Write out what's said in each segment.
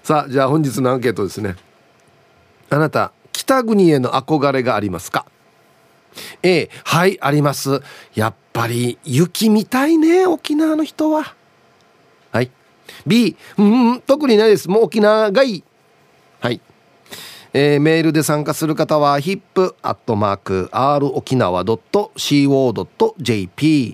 さあじゃあ本日のアンケートですね。あなた北国への憧れがありますか？ A、 はいあります。やっぱり雪みたいね沖縄の人は。はい。 B、 特にないです、もう沖縄がいい。はい。メールで参加する方は hip@r 沖縄 .co.jp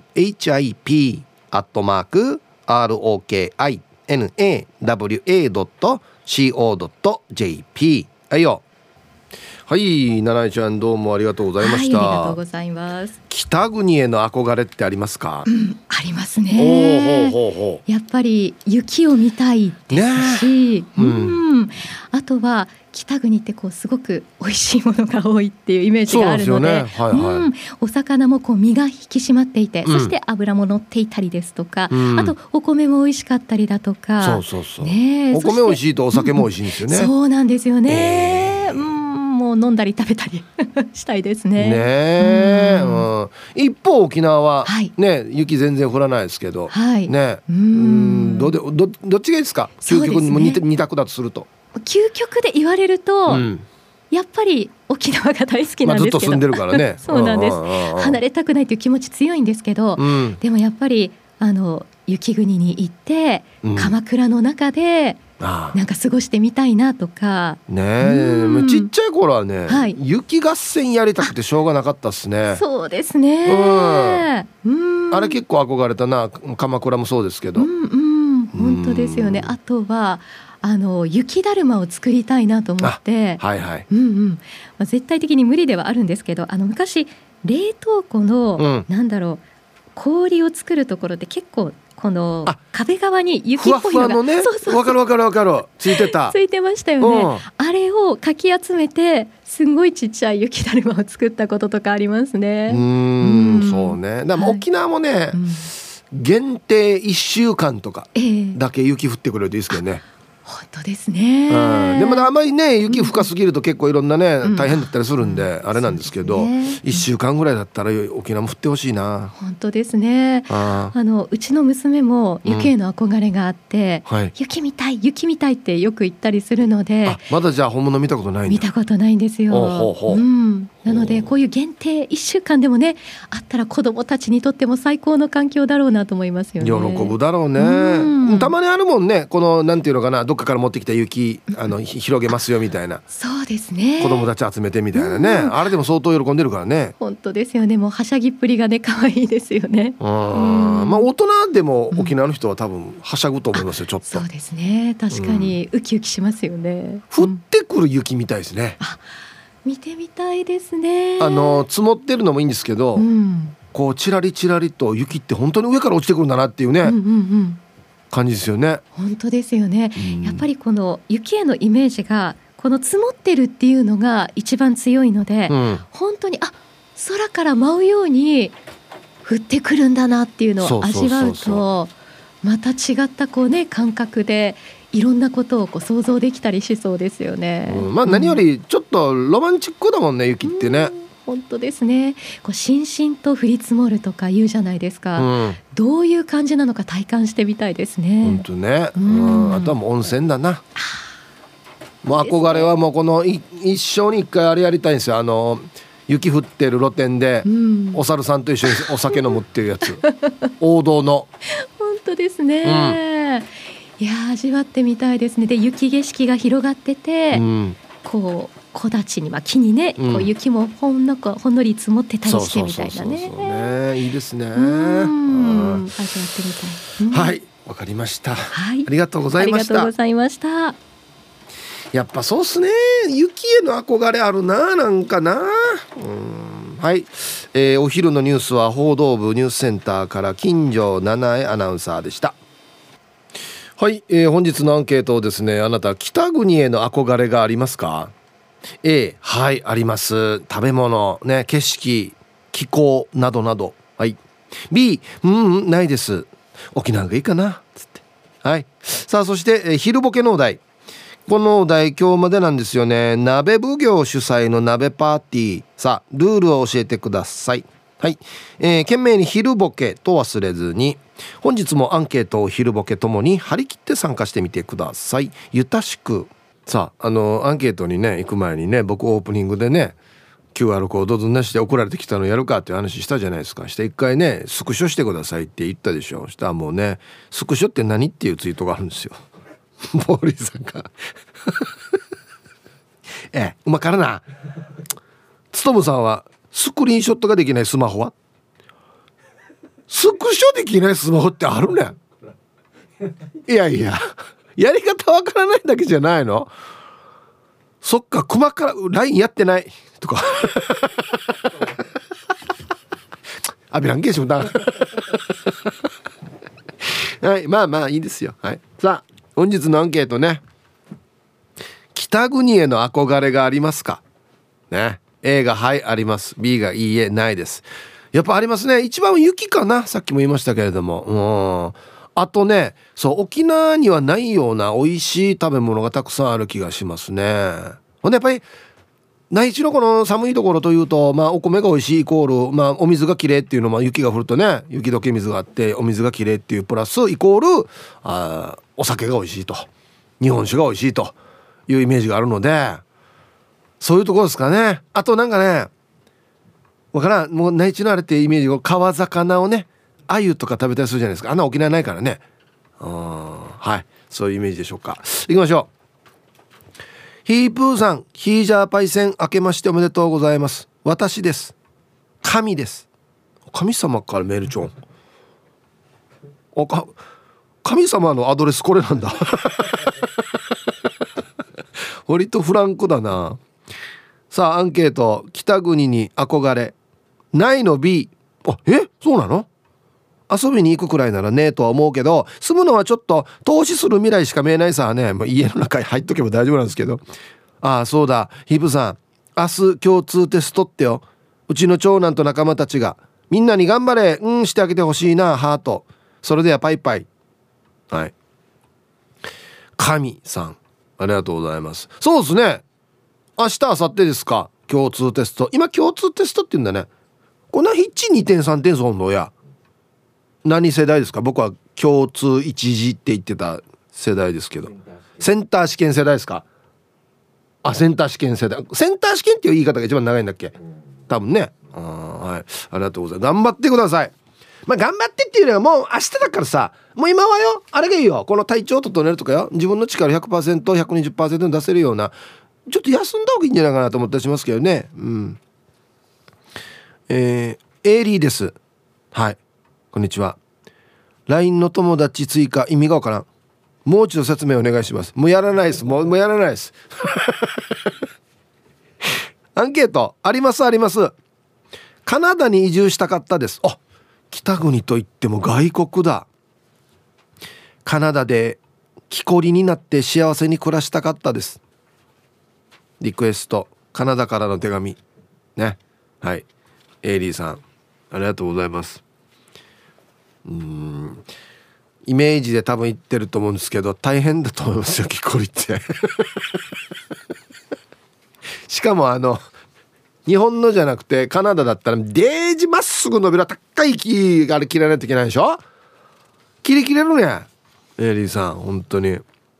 hip@rokinawa.co.jp はいよ。はい、ななえちゃんどうもありがとうございました。 はい、ありがとうございます。 北国への憧れってありますか？ ありますね。やっぱり雪を見たいですし、あとは北国ってこうすごく美味しいものが多いっていうイメージがあるので、お魚もこう身が引き締まっていて、そして脂も乗っていたりですとか、あとお米も美味しかったりだとか、 ね、お米美味しいとお酒も美味しいんですよね。 そうなんですよね。もう飲んだり食べたりしたいですね。 一方沖縄は、ね、雪全然降らないですけど、ね、どっちがいいですか？究極にも二択だとすると。 究極で言われると、やっぱり沖縄が大好きなんですけど、 ずっと住んでるからねそうなんです。離れたくないという気持ち強いんですけど、でもやっぱり雪国に行って、鎌倉の中でなんか過ごしてみたいなとかね。ちっちゃい頃はね、雪合戦やりたくてしょうがなかったっすね。 そうですね。 あれ結構憧れたな。鎌倉もそうですけど、 本当ですよね。あとは雪だるまを作りたいなと思って、絶対的に無理ではあるんですけど、昔冷凍庫の、氷を作るところで結構この壁側に雪っぽいのが、 わかるついてたついてましたよね。あれをかき集めてすごいちっちゃい雪だるまを作ったこととかありますね。 そうね。でも沖縄もね、限定1週間とかだけ雪降ってくれるといいですけどね。 本当ですね。 でもあまりね雪深すぎると結構いろんなね、大変だったりするんで、あれなんですけど、1週間ぐらいだったら沖縄も降ってほしいな。 本当ですね。うちの娘も雪への憧れがあって、雪見たいってよく言ったりするので。 まだじゃあ本物見たことないんだ。 見たことないんですよ。なのでこういう限定1週間でもねあったら子どもたちにとっても最高の環境だろうなと思いますよね。 喜ぶだろうね。たまにあるもんね、このなんていうのかな、どっかから持ってきた雪広げますよみたいな。 そうですね。 子どもたち集めてみたいなね、あれでも相当喜んでるからね。 本当ですよね。もうはしゃぎっぷりがね可愛いですよね。 大人でも沖縄の人は多分はしゃぐと思いますよ、ちょっと。 そうですね。確かにウキウキしますよね。 降ってくる雪みたいですね。 見てみたいですね。 積もってるのもいいんですけど、こうチラリチラリと雪って本当に上から落ちてくるんだなっていうね、感じですよね。 本当ですよね。やっぱりこの雪へのイメージがこの積もってるっていうのが一番強いので、本当に空から舞うように降ってくるんだなっていうのを味わうと、また違ったこうね感覚でいろんなことをこう想像できたりしそうですよね。 何よりちょっとロマンチックだもんね、雪ってね。 本当ですね。こうしんしんと降り積もるとか言うじゃないですか。どういう感じなのか体感してみたいですね。 本当ね。あとはもう温泉だな。もう憧れはもうこの一生に一回あれやりたいんですよ。雪降ってる露天で、お猿さんと一緒にお酒飲むっていうやつ王道の。 本当ですね。いや味わってみたいですね。で雪景色が広がってて、こう木立に木にね、こう雪もほんのり積もってたりしてみたいなね。 いいですね。 味わってみたい。 はい、わかりました。ありがとうございました。 ありがとうございました。 やっぱそうっすね。雪への憧れあるな、なんかな。はい、お昼のニュースは報道部ニュースセンターから金城七重アナウンサーでした。はい、本日のアンケートをですね、あなた北国への憧れがありますか？ A、 はいあります。食べ物ね、景色、気候などなど。はい。 B、 ないです。沖縄がいいかなつって。はい。さあそして、昼ボケのお題、このお題今日までなんですよね。鍋奉行主催の鍋パーティー、さあルールを教えてください。はい、懸命に昼ボケと忘れずに。 本日もアンケートを昼ボケともに張り切って参加してみてください。ゆたしく。さあ、アンケートにね行く前にね、僕オープニングでね QR コードずんなしで送られてきたのやるかっていう話したじゃないですか。して一回ねスクショしてくださいって言ったでしょ。したらもうね、スクショって何っていうツイートがあるんですよ。ボーリーさんがうまからな。つとむさんはスクリーンショットができないスマホは、スクショできないスマホってあるね。いやいや、やり方わからないだけじゃないの。そっか、細から LINE やってないとかアビランゲーションだはい、まあまあいいですよ。はい、さあ本日のアンケートね、北国への憧れがありますかね。 A がはいあります、 B がいいえないです。やっぱありますね。一番雪かな、さっきも言いましたけれども。あとね、そう沖縄にはないような美味しい食べ物がたくさんある気がしますね。ほんでやっぱり内地のこの寒いところというと、まあお米が美味しいイコール、まあお水がきれいっていうのも、雪が降るとね雪解け水があってお水がきれいっていうプラスイコールお酒が美味しいと、日本酒が美味しいというイメージがあるので、そういうところですかね。あとなんかね、わからん、もう内地のあれってイメージを、川魚をね鮎とか食べたりするじゃないですか。あんな沖縄ないからね。はい、そういうイメージでしょうか。行きましょう。ヒープーさん、ヒージャーパイセン明けましておめでとうございます。私です。神です。神様からメールちょん。神様のアドレスこれなんだ。割とフランクだな。さあアンケート、北国に憧れないの B。 そうなの。遊びに行くくらいならねえとは思うけど、住むのはちょっと投資する未来しか見えないさね。家の中に入っとけば大丈夫なんですけど。そうだ、ヒープさん、明日共通テストってよ。うちの長男と仲間たちがみんなに頑張れしてあげてほしいな、ハート。それではパイパイ。はい、神さんありがとうございます。そうですね、明日明後日ですか、共通テスト。今共通テストって言うんだね。こんな1、2点3点そんのや。何世代ですか。僕は共通一次って言ってた世代ですけど、センター試験世代ですか。センター試験世代。センター試験っていう言い方が一番長いんだっけ、多分ね。はい、ありがとうございます。頑張ってください。頑張ってっていうのはもう明日だからさ、もう今はよあれがいいよ、この体調を整えるとかよ、自分の力 100%120% に出せるような、ちょっと休んだ方がいいんじゃないかなと思ったりしますけどね。エイリーです。はい、こんにちは。 LINE の友達追加意味がわからん。もう一度説明お願いします。もうやらないです。もうやらないです。アンケートありますあります。カナダに移住したかったです。北国といっても外国だ。カナダで木こりになって幸せに暮らしたかったです。リクエスト、カナダからの手紙ね。はい、エイリーさんありがとうございます。イメージで多分言ってると思うんですけど、大変だと思いますよ、木こりってしかも日本のじゃなくてカナダだったらデージまっすぐ伸びる高い木があれ切らないといけないでしょ。切りれるね、エリーさん本当に。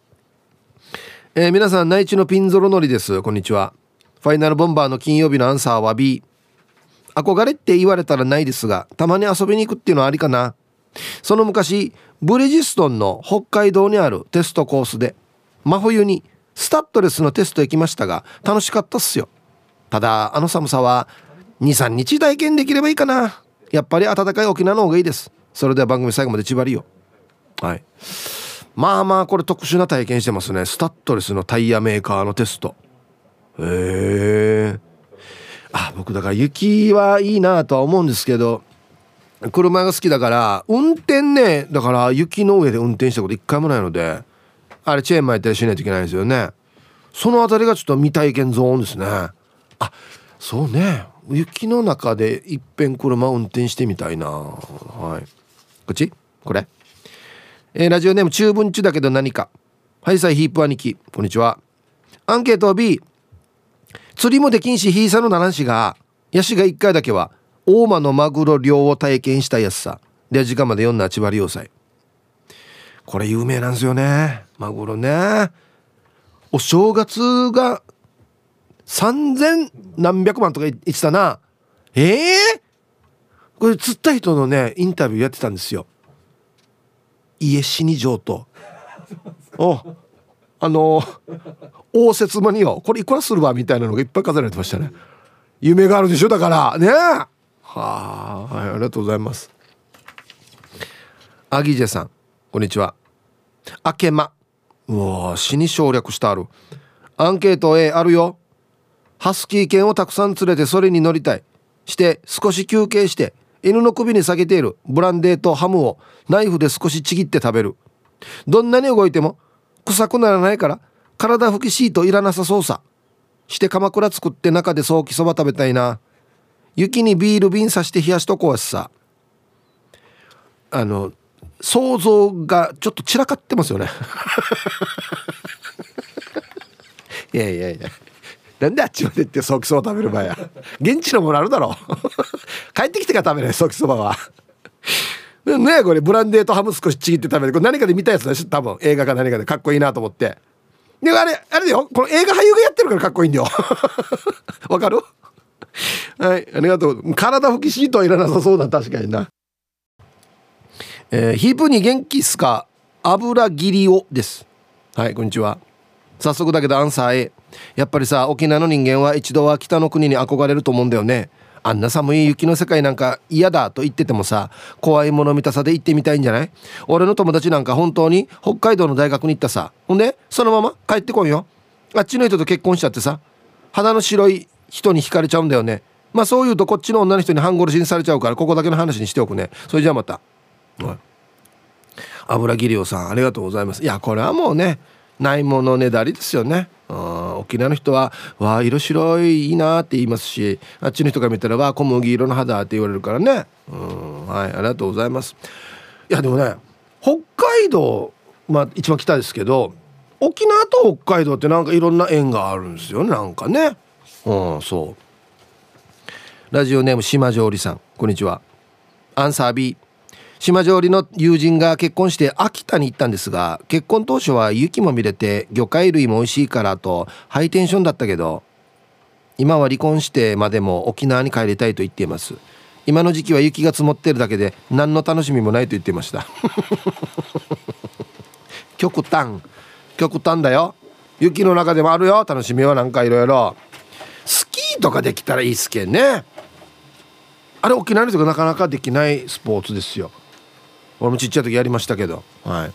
皆さん、内地のピンゾロのりです。こんにちは。ファイナルボンバーの金曜日のアンサーは B。 憧れって言われたらないですが、たまに遊びに行くっていうのはありかな。その昔ブリヂストンの北海道にあるテストコースで真冬にスタッドレスのテスト行きましたが、楽しかったっすよ。ただ寒さは 2,3 日体験できればいいかな。やっぱり暖かい沖縄の方がいいです。それでは番組最後まで縛りよ。はい、まあこれ特殊な体験してますね。スタッドレスのタイヤメーカーのテスト。僕だから雪はいいなとは思うんですけど、車が好きだから運転ね、だから雪の上で運転したこと一回もないので、あれチェーン巻いたりしないといけないんですよね。そのあたりがちょっと未体験ゾーンですね。そうね、雪の中でいっぺん車運転してみたいな。はい、こっちこれ、ラジオネーム中文中だけど何か。はいさい、ヒープ兄貴こんにちは。アンケート B。 釣りもできんしヒーサのならんしが、ヤシが1回だけは大間のマグロ漁を体験したやつさ。 で時間まで読んだ千葉要塞、これ有名なんですよね、マグロね。お正月が3000何百万とか言ってたな。これ釣った人のねインタビューやってたんですよ。家死に上と応接間によこれいくらするわみたいなのがいっぱい飾られてましたね。夢があるでしょだからね。はあ、はい、ありがとうございます。アギジェさんこんにちは。あけま、うわ死に省略してある。アンケート A あるよ。ハスキー犬をたくさん連れてそれに乗りたいして少し休憩して犬の首に下げているブランデーとハムをナイフで少しちぎって食べる。どんなに動いても臭くならないから体拭きシートいらなさそうさして鎌倉作って中でソーキそば食べたいな。雪にビール瓶さして冷やしとこうやさ。想像がちょっと散らかってますよねいやいやいや、なんであっちまで行ってソーキそば食べる場合や現地のものあるだろ帰ってきてから食べないソーキそばはねえ、これブランデーとハム少しちぎって食べる、これ何かで見たやつだし多分映画か何かでかっこいいなと思って。であれだよ、この映画俳優がやってるからかっこいいんだよわかるはい、ありがとう。体拭きシートはいらなさそうだ、確かにな。ヒープに元気っすか、油切りをです。はい、こんにちは。早速だけどアンサー A。 やっぱりさ、沖縄の人間は一度は北の国に憧れると思うんだよね。あんな寒い雪の世界なんか嫌だと言っててもさ、怖いもの見たさで行ってみたいんじゃない？俺の友達なんか本当に北海道の大学に行ったさ。ほんでそのまま帰ってこいよ。あっちの人と結婚しちゃってさ、肌の白い人に惹かれちゃうんだよね。まあそう言うとこっちの女の人に半殺しにされちゃうから、ここだけの話にしておくね。それじゃあまた。油切りおさんありがとうございます。いやこれはもうね、ないものねだりですよね。沖縄の人はわあ色白いいいなって言いますし、あっちの人が見たらわあ小麦色の肌って言われるからね。はい、ありがとうございます。いやでもね、北海道まあ一番北ですけど、沖縄と北海道ってなんかいろんな縁があるんですよね、なんかね。そう。ラジオネーム島上里さんこんにちは。アンサー B。島上里の友人が結婚して秋田に行ったんですが、結婚当初は雪も見れて魚介類も美味しいからとハイテンションだったけど、今は離婚してまでも沖縄に帰りたいと言っています。今の時期は雪が積もってるだけで何の楽しみもないと言っていました極端だよ。雪の中でもあるよ楽しみは。なんかいろいろスキーとかできたらいいっすけどね。あれ沖縄の人がなかなかできないスポーツですよ。俺もちっちゃい時やりましたけど。はい、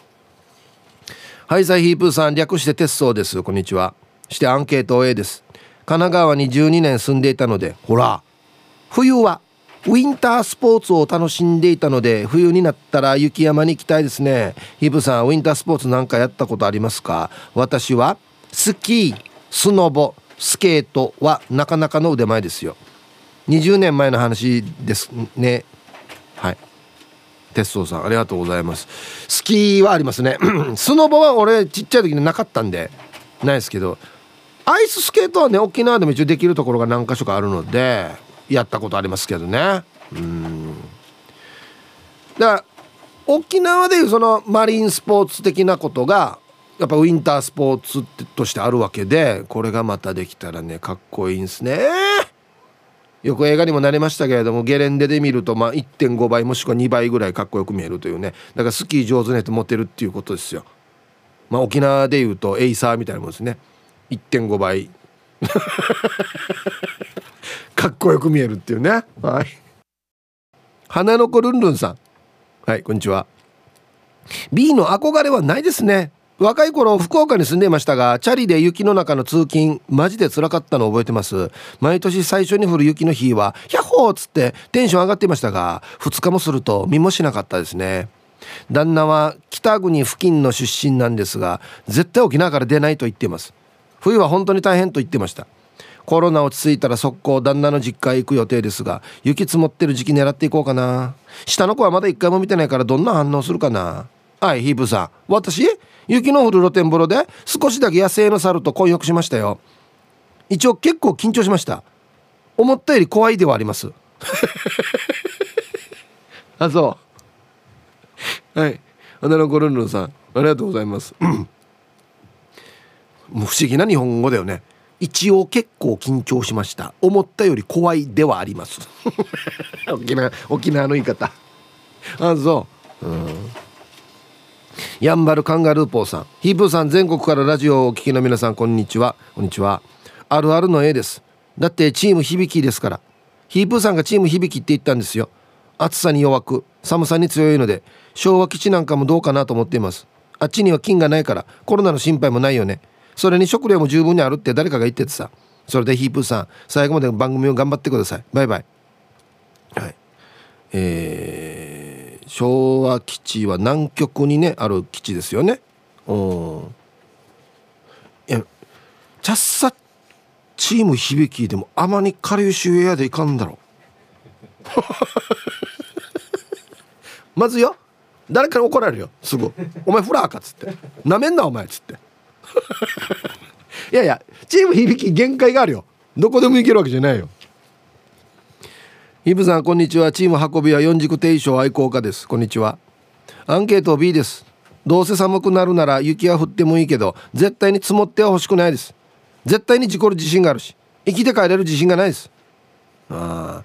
サイヒープーさん略して鉄道です。こんにちは。してアンケート A です。神奈川に12年住んでいたので、ほら冬はウィンタースポーツを楽しんでいたので、冬になったら雪山に行きたいですね。ヒープーさんウィンタースポーツなんかやったことありますか？私はスキー、スノボ、スケートはなかなかの腕前ですよ。20年前の話ですね。はい、鉄道さんありがとうございます。スキーはありますねスノボは俺ちっちゃい時になかったんでないですけど、アイススケートはね沖縄でも一応できるところが何か所かあるのでやったことありますけどね。だから沖縄でいうそのマリンスポーツ的なことがやっぱウィンタースポーツとしてあるわけで、これがまたできたらねかっこいいんですね。よく映画にもなりましたけれども、ゲレンデで見るとまあ 1.5 倍もしくは2倍ぐらいかっこよく見えるというね。だからスキー上手な人持ってるっていうことですよ。まあ沖縄でいうとエイサーみたいなもんですね。 1.5 倍かっこよく見えるっていうね。はい、花の子ルンルンさんはいこんにちは。 B の憧れはないですね。若い頃福岡に住んでいましたが、チャリで雪の中の通勤マジで辛かったのを覚えてます。毎年最初に降る雪の日はヒャッホーっつってテンション上がっていましたが、2日もすると見もしなかったですね。旦那は北国付近の出身なんですが、絶対沖縄から出ないと言っています。冬は本当に大変と言ってました。コロナ落ち着いたら速攻旦那の実家へ行く予定ですが、雪積もってる時期狙っていこうかな。下の子はまだ一回も見てないからどんな反応するかな。はい、ヒープさん、私雪の降る露天風呂で少しだけ野生の猿と混浴しましたよ。一応結構緊張しました。思ったより怖いではありますあ、そはい、花のコルンルンさんありがとうございます。もう不思議な日本語だよね。一応結構緊張しました。思ったより怖いではあります。沖縄の言い方。あ、そう。やんばるカンガルーポーさん、ヒープーさん、全国からラジオをお聞きの皆さん、こんにちは。こんにちは。あるあるの A です。だってチーム響きですから。ヒープーさんがチーム響きって言ったんですよ。暑さに弱く寒さに強いので、昭和基地なんかもどうかなと思っています。あっちには菌がないからコロナの心配もないよね。それに食料も十分にあるって誰かが言っててさ。それでヒープーさん、最後まで番組を頑張ってください。バイバイ。はい。昭和基地は南極にねある基地ですよね。いや、チャッサチーム響きでもあまり下流周エアでいかんだろう。まずよ、誰かに怒られるよすぐ。お前フラーかっつって、なめんなお前っつって。いやいや、チーム響き限界があるよ。どこでも行けるわけじゃないよ。イブさん、こんにちは。チーム運びは四軸定称愛好家です。こんにちは。アンケート B です。どうせ寒くなるなら雪は降ってもいいけど絶対に積もっては欲しくないです。絶対に事故る自信があるし生きて帰れる自信がないです。はい、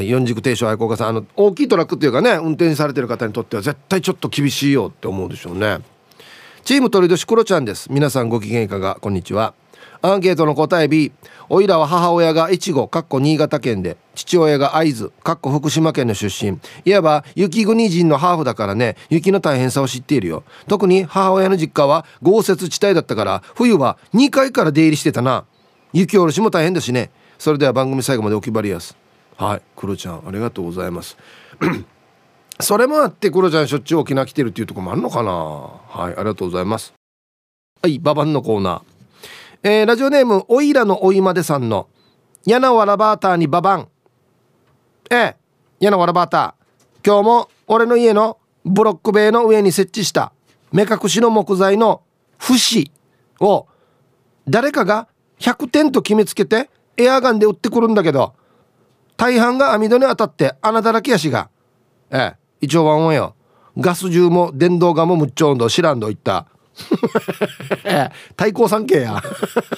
四軸定称愛好家さん、大きいトラックっていうかね、運転されてる方にとっては絶対ちょっと厳しいよって思うでしょうね。チーム鳥年クロちゃんです。皆さんご機嫌いかが。こんにちは。アンケートの答え B。 おいらは母親が越後新潟県で、父親が会津福島県の出身、いわば雪国人のハーフだからね、雪の大変さを知っているよ。特に母親の実家は豪雪地帯だったから冬は2階から出入りしてたな。雪下ろしも大変だしね。それでは番組最後までお気張りやす。はい、クロちゃんありがとうございます。それもあってクロちゃんしょっちゅう沖縄来てるっていうところもあるのかな。はい、ありがとうございます。はい、ババンのコーナー。ラジオネームおいらのおいまでさんのやなわらバーターにババン。やなわらバーター、今日も俺の家のブロック塀の上に設置した目隠しの木材の節を誰かが100点と決めつけてエアガンで撃ってくるんだけど、大半が網戸に当たって穴だらけやしが、一応ワンワンよ、ガス銃も電動ガンもむっちょんど知らんどいった対抗産経や。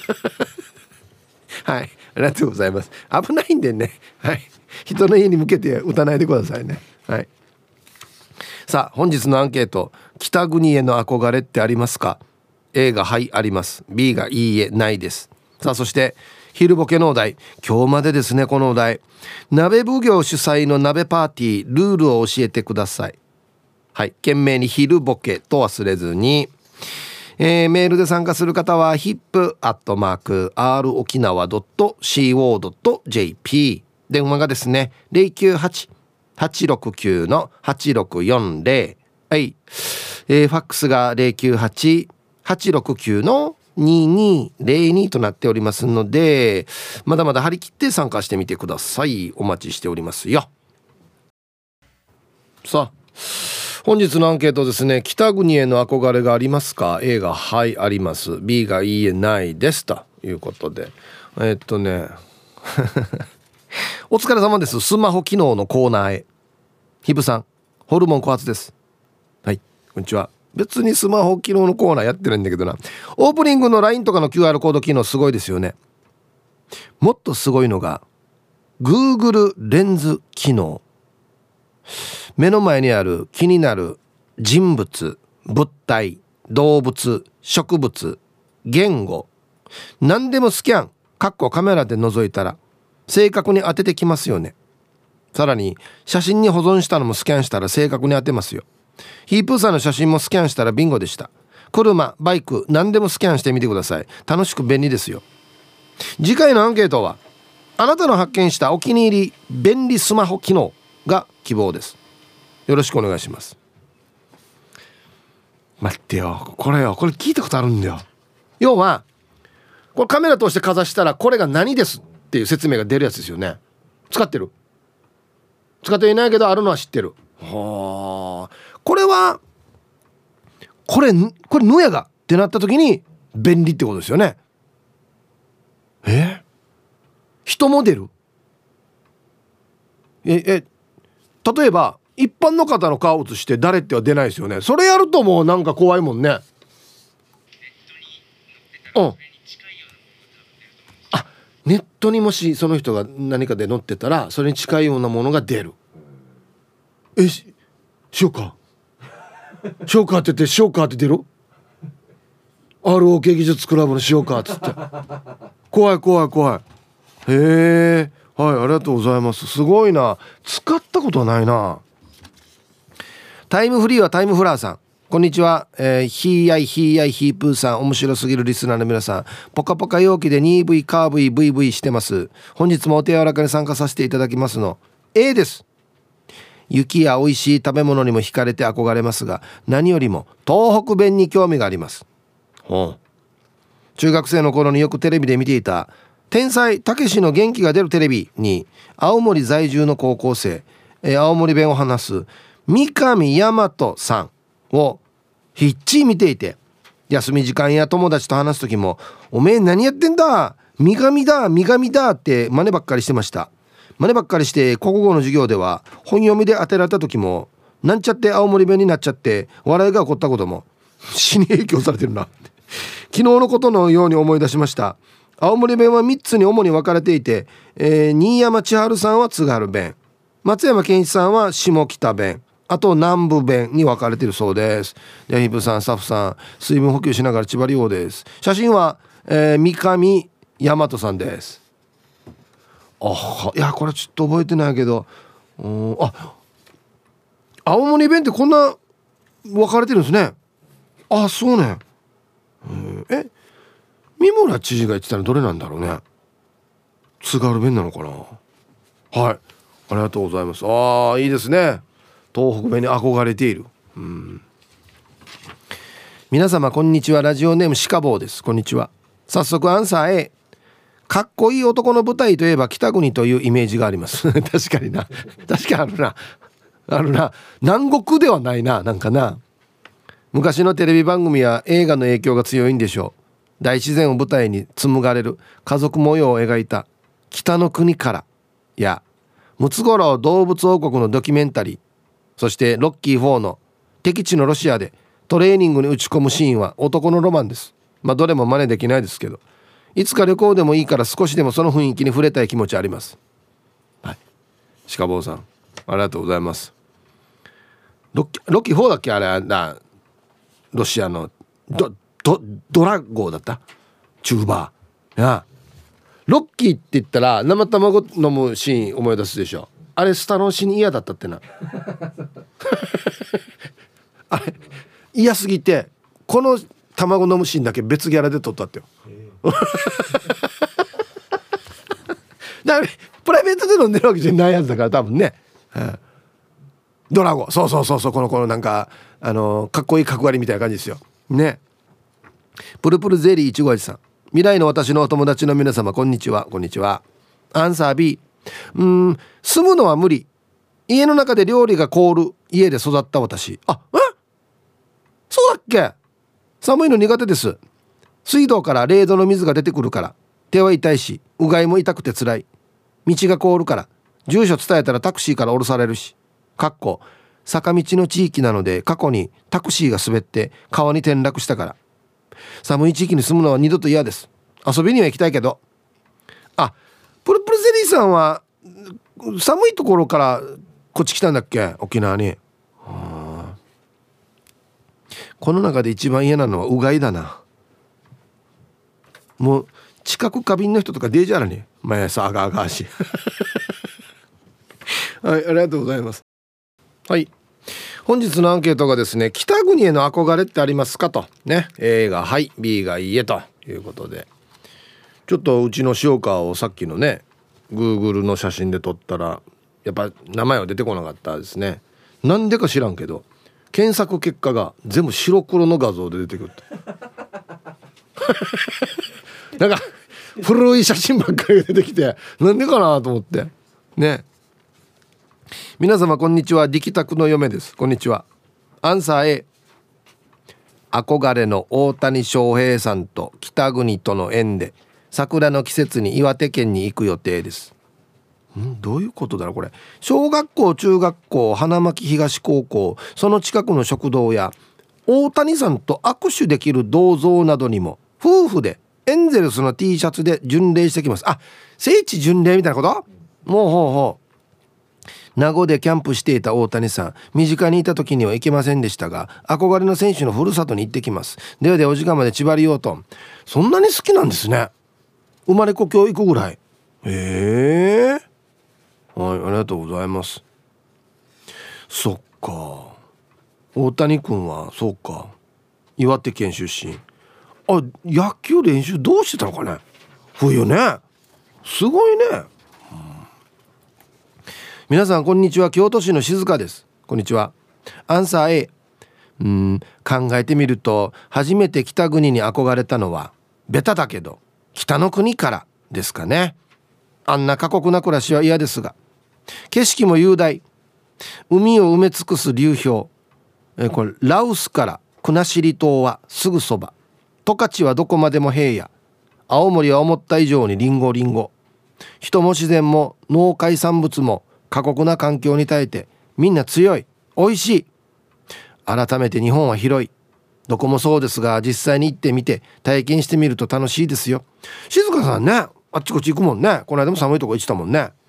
はい、ありがとうございます。危ないんでね、はい、人の家に向けて撃たないでくださいね。はい。さあ本日のアンケート、北国への憧れってありますか。 A がはいあります、 B がいいえないです。さあそして昼ボケのお題、今日までですね。このお題、鍋奉行主催の鍋パーティールールを教えてください。はい、懸命に昼ボケと忘れずに。メールで参加する方は hip@r 沖縄 .co.jp、 電話がですね 098-869-8640、 はい、ファックスが 098-869-2202 となっておりますので、まだまだ張り切って参加してみてください。お待ちしておりますよ。さあ本日のアンケートですね。北国への憧れがありますか。 A がはいあります、 B がいいえないですということで、お疲れ様です。スマホ機能のコーナーへ。ヒブさん、ホルモン枯発です。はい、こんにちは。別にスマホ機能のコーナーやってないんだけどな。オープニングの LINE とかの QR コード機能すごいですよね。もっとすごいのが Google レンズ機能。目の前にある気になる人物、物体、動物、植物、言語、何でもスキャン、カメラで覗いたら正確に当ててきますよね。さらに写真に保存したのもスキャンしたら正確に当てますよ。ヒープーさんの写真もスキャンしたらビンゴでした。車、バイク、何でもスキャンしてみてください。楽しく便利ですよ。次回のアンケートは、あなたの発見したお気に入り便利スマホ機能が希望です。よろしくお願いします。待ってよ、これ聞いたことあるんだよ。要はこれカメラ通してかざしたらこれが何ですっていう説明が出るやつですよね。使っていないけどあるのは知ってる。はあ、これはこれぬやがってなった時に便利ってことですよね。人モデル例えば一般の方の顔写して誰っては出ないですよね。それやるともうなんか怖いもんね。うん。あ、ネットにもしその人が何かで載ってたらそれに近いようなものが出る。しようかしようかって言ってしようかって出る。 ROK 技術クラブのしようかっつって怖い怖い怖い。へえ、はい、ありがとうございます。すごいな。使ったことはないな。タイムフリーはタイムフラーさん、こんにちは。ヒーヤイヒーヤイヒープーさん、面白すぎるリスナーの皆さん、ポカポカ陽気で 2V カーブイ VV してます。本日もお手柔らかに参加させていただきますの A です。雪や美味しい食べ物にも惹かれて憧れますが、何よりも東北弁に興味があります。中学生の頃によくテレビで見ていた天才たけしの元気が出るテレビに、青森在住の高校生、青森弁を話す三上大和さんをひっちり見ていて、休み時間や友達と話す時もおめえ何やってんだ、三上だ三上だって真似ばっかりしてました。真似ばっかりして国語の授業では本読みで当てられた時もなんちゃって青森弁になっちゃって笑いが起こったことも。死に影響されてるな。昨日のことのように思い出しました。青森弁は3つに主に分かれていて、新山千春さんは津軽弁、松山健一さんは下北弁、あと南部弁に分かれているそうです。でヒブさん、スタッフさん、水分補給しながら千葉利用です。写真は、三上大和さんです。いやこれちょっと覚えてないけど、青森弁ってこんな分かれてるんですね。そうね。三村知事が言ってたのどれなんだろうね。津軽弁なのかな。はい、ありがとうございます。いいですね。東北弁に憧れている。皆様こんにちは。ラジオネームシカボーです。こんにちは。早速アンサー A。 かっこいい男の舞台といえば北国というイメージがあります確かにな。確かにあるな。南国ではないな。なんかな、昔のテレビ番組や映画の影響が強いんでしょう。大自然を舞台に紡がれる家族模様を描いた北の国からやムツゴロウ動物王国のドキュメンタリー、そしてロッキー4の敵地のロシアでトレーニングに打ち込むシーンは男のロマンです。どれも真似できないですけど、いつか旅行でもいいから少しでもその雰囲気に触れたい気持ちあります。はい、鹿坊さんありがとうございます。ロッキー4だっけ、あれだ、ロシアのドラゴーだった、チューバーや。ロッキーって言ったら生卵飲むシーン思い出すでしょ。あれスタローン氏に嫌だったってなあれ嫌すぎてこの卵飲むシーンだけ別ギャラで撮ったってよだからプライベートで飲んでるわけじゃないやつだから多分ね、ドラゴン、そうこのなんかかっこいい角刈りみたいな感じですよね。プルプルゼリー151さん、未来の私のお友達の皆様こんにちは。こんにちは。アンサー B。 住むのは無理。家の中で料理が凍る家で育った私。そうだっけ。寒いの苦手です。水道から冷凍の水が出てくるから手は痛いし、うがいも痛くて辛い。道が凍るから住所伝えたらタクシーから降ろされるし、坂道の地域なので過去にタクシーが滑って川に転落したから、寒い地域に住むのは二度と嫌です。遊びには行きたいけど。プルプルゼリーさんは寒いところからこっち来たんだっけ、沖縄に。この中で一番嫌なのはうがいだな。もう近く過敏の人とかデージャラに毎朝あがあがしはい、ありがとうございます。はい、本日のアンケートがですね、北国への憧れってありますかとね。 A がはい、 B がいいえということで、ちょっとうちの塩川をさっきのね Google の写真で撮ったらやっぱ名前は出てこなかったですね。なんでか知らんけど検索結果が全部白黒の画像で出てくるなんか古い写真ばっかりが出てきてなんでかなと思ってね。皆様こんにちは。力宅の嫁です。こんにちは。アンサー A。 憧れの大谷翔平さんと北国との縁で桜の季節に岩手県に行く予定です。 どういうことだろうこれ。小学校、中学校、花巻東高校、その近くの食堂や大谷さんと握手できる銅像などにも夫婦でエンゼルスの T シャツで巡礼してきます。あ、聖地巡礼みたいなこと。もうほうほう。名護でキャンプしていた大谷さん、身近にいた時には行けませんでしたが、憧れの選手のふるさとに行ってきます。ではでお時間まで縛りようと。そんなに好きなんですね。生まれ故郷行くぐらい。はい、ありがとうございます。そっか、大谷君はそうか、岩手県出身。あ、野球練習どうしてたのかね、冬ね。すごいね、皆さんこんにちは。京都市の静香です。こんにちは。アンサー A。 考えてみると初めて北国に憧れたのはベタだけど北の国からですかね。あんな過酷な暮らしは嫌ですが、景色も雄大、海を埋め尽くす流氷、これラオスから国後島はすぐそば、十勝はどこまでも平野、青森は思った以上にリンゴ、人も自然も農海産物も過酷な環境に耐えてみんな強い、美味しい。改めて日本は広い。どこもそうですが実際に行ってみて体験してみると楽しいですよ。静香さんね、あっちこっち行くもんね。この間も寒いとこ行ってたもんね。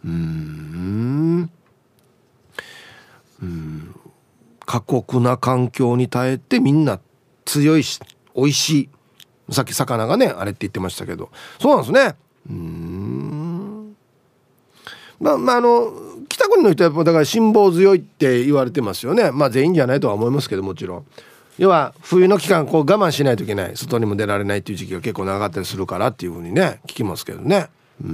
過酷な環境に耐えてみんな強いし美味しい。さっき魚がねあれって言ってましたけど、そうなんですね。北国の人はやっぱだから辛抱強いって言われてますよね。全員じゃないとは思いますけど、もちろん要は冬の期間こう我慢しないといけない、外にも出られないっていう時期が結構長かったりするからっていう風にね聞きますけどね。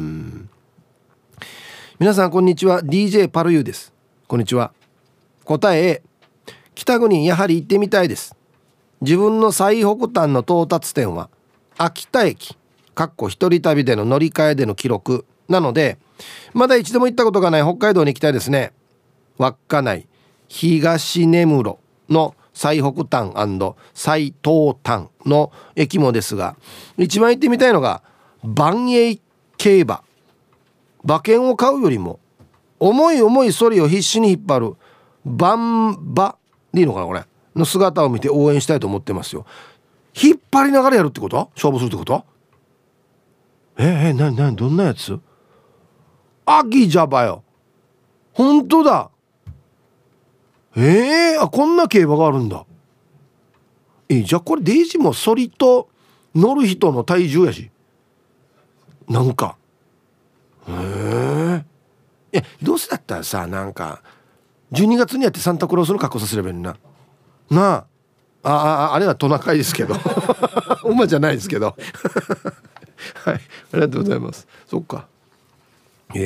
皆さんこんにちは。 DJ パルユです。こんにちは。答え A。 北国やはり行ってみたいです。自分の最北端の到達点は秋田駅一人旅での乗り換えでの記録なので、まだ一度も行ったことがない北海道に行きたいですね。稚内東根室の最北端&最東端の駅もですが、一番行ってみたいのが万栄競馬。馬券を買うよりも重いソリを必死に引っ張るバンバでいいのかなこれの姿を見て応援したいと思ってますよ。引っ張りながらやるってこと？勝負するってこと？どんなやつ？アギジャバよ。本当だ。こんな競馬があるんだ。じゃあこれデイジもソリと乗る人の体重やし、なんかどうせだったらさ、なんか12月にやってサンタクロースの格好させればいいな。あれはトナカイですけど馬じゃないですけどはい、ありがとうございます。そっか。はい、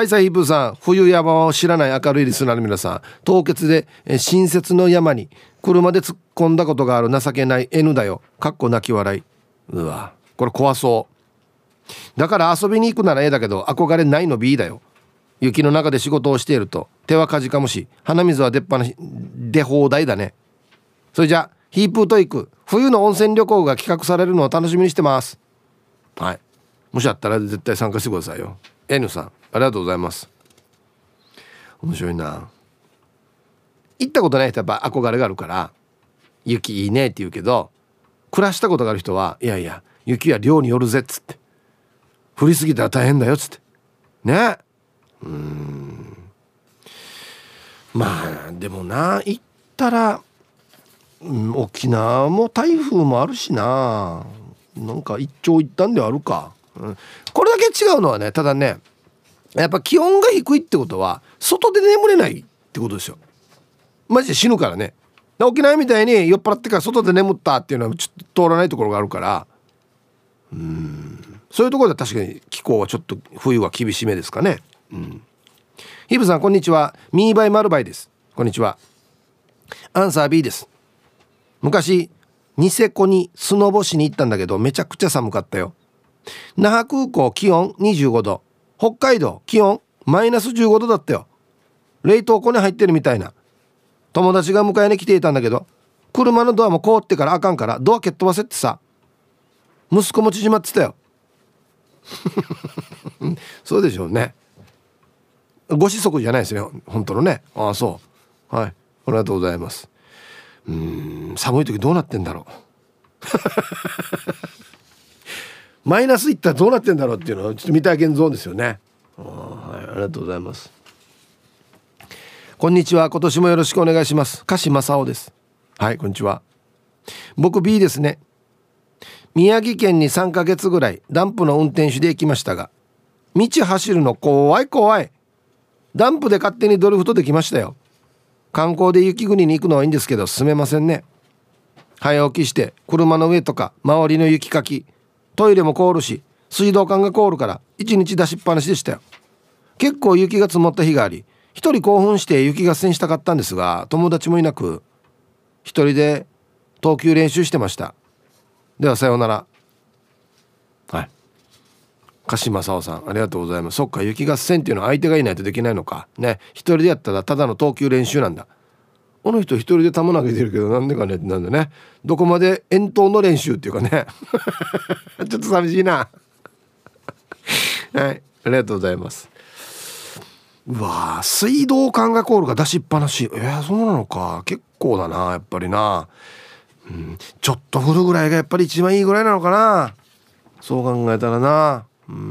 サイヒブさん、冬山を知らない明るいリスナーの皆さん、凍結で新雪の山に車で突っ込んだことがある情けない N だよ。泣き笑い。うわ、これ怖そう。だから遊びに行くなら A だけど憧れないの B だよ。雪の中で仕事をしていると手はかじかむし、鼻水は出放題だね。それじゃヒープートイック冬の温泉旅行が企画されるのを楽しみにしてます。はい、もしあったら絶対参加してくださいよ。 N さんありがとうございます。面白いな。行ったことない人はやっぱ憧れがあるから雪いいねって言うけど、暮らしたことがある人はいやいや雪は量によるぜっつって、降りすぎたら大変だよっつってね。でもな、行ったら、沖縄も台風もあるしな、なんか一長一短ではあるか、これだけ違うのはね、ただねやっぱ気温が低いってことは外で眠れないってことですよ。マジで死ぬからね。沖縄みたいに酔っ払ってから外で眠ったっていうのはちょっと通らないところがあるから、そういうところで確かに気候はちょっと冬は厳しめですかね。ヒブさんこんにちは。ミーバイマルバイです。こんにちは。アンサー B です。昔ニセコにスノボしに行ったんだけどめちゃくちゃ寒かったよ。那覇空港気温25度、北海道気温マイナス15度だったよ。冷凍庫に入ってるみたいな。友達が迎えに来ていたんだけど車のドアも凍ってからあかんからドア蹴っ飛ばせってさ、息子も縮まってたよ。 そうでしょうね。ご子息じゃないですね、本当のね。ああ、そう。はい、ありがとうございます。寒い時どうなってんだろう。マイナスいったらどうなってんだろうっていうのをちょっと未体験ゾーンですよね。はい、ありがとうございます。こんにちは、今年もよろしくお願いします。樫正夫です。はい、こんにちは。僕 B ですね。宮城県に3ヶ月ぐらいダンプの運転手で行きましたが、道走るの怖い怖い。ダンプで勝手にドリフトできましたよ。観光で雪国に行くのはいいんですけど進めませんね。早起きして車の上とか周りの雪かき、トイレも凍るし水道管が凍るから一日出しっぱなしでしたよ。結構雪が積もった日があり、一人興奮して雪合戦したかったんですが友達もいなく一人で投球練習してました。ではさようなら。はい、鹿島正夫さんありがとうございます。そっか、雪合戦っていうのは相手がいないとできないのかね。一人でやったらただの投球練習なんだ。この人一人で球投げてるけどなんでかねってなんだね。どこまで遠投の練習っていうかねちょっと寂しいなはい、ありがとうございます。うわー、水道管が凍るが出しっぱなし。そうなのか。結構だなやっぱりな。ちょっと降るぐらいがやっぱり一番いいぐらいなのかな、そう考えたらな。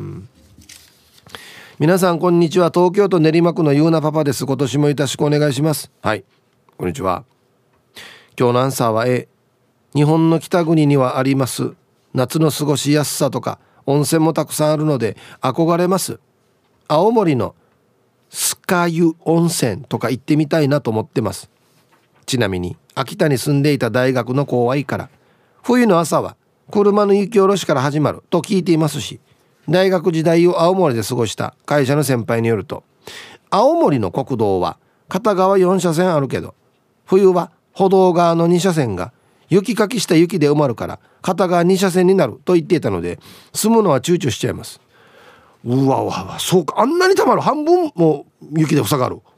皆さんこんにちは、東京都練馬区のゆうなパパです。今年もよろしくお願いします。はい、こんにちは。今日のアンサーは A。 日本の北国にはあります夏の過ごしやすさとか温泉もたくさんあるので憧れます。青森の酸ヶ湯温泉とか行ってみたいなと思ってます。ちなみに秋田に住んでいた大学の後輩から冬の朝は車の雪下ろしから始まると聞いていますし、大学時代を青森で過ごした会社の先輩によると、青森の国道は片側4車線あるけど冬は歩道側の2車線が雪かきした雪で埋まるから片側2車線になると言っていたので住むのは躊躇しちゃいます。うわうわ、そうか、あんなにたまる。半分も雪で塞がる。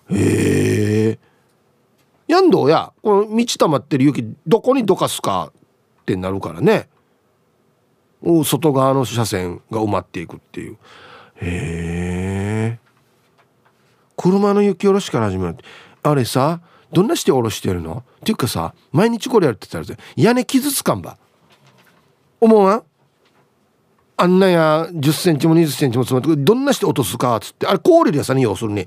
やんどうや、この道溜まってる雪どこにどかすかってなるからね。外側の車線が埋まっていくっていう。車の雪下ろしから始まる。あれさ、どんなして下ろしてるのっていうかさ、毎日これやるって言ったら屋根傷つかんば思わん？あんなや10センチも20センチも積もってどんなして落とすかっつって、あれ氷でやさに要するに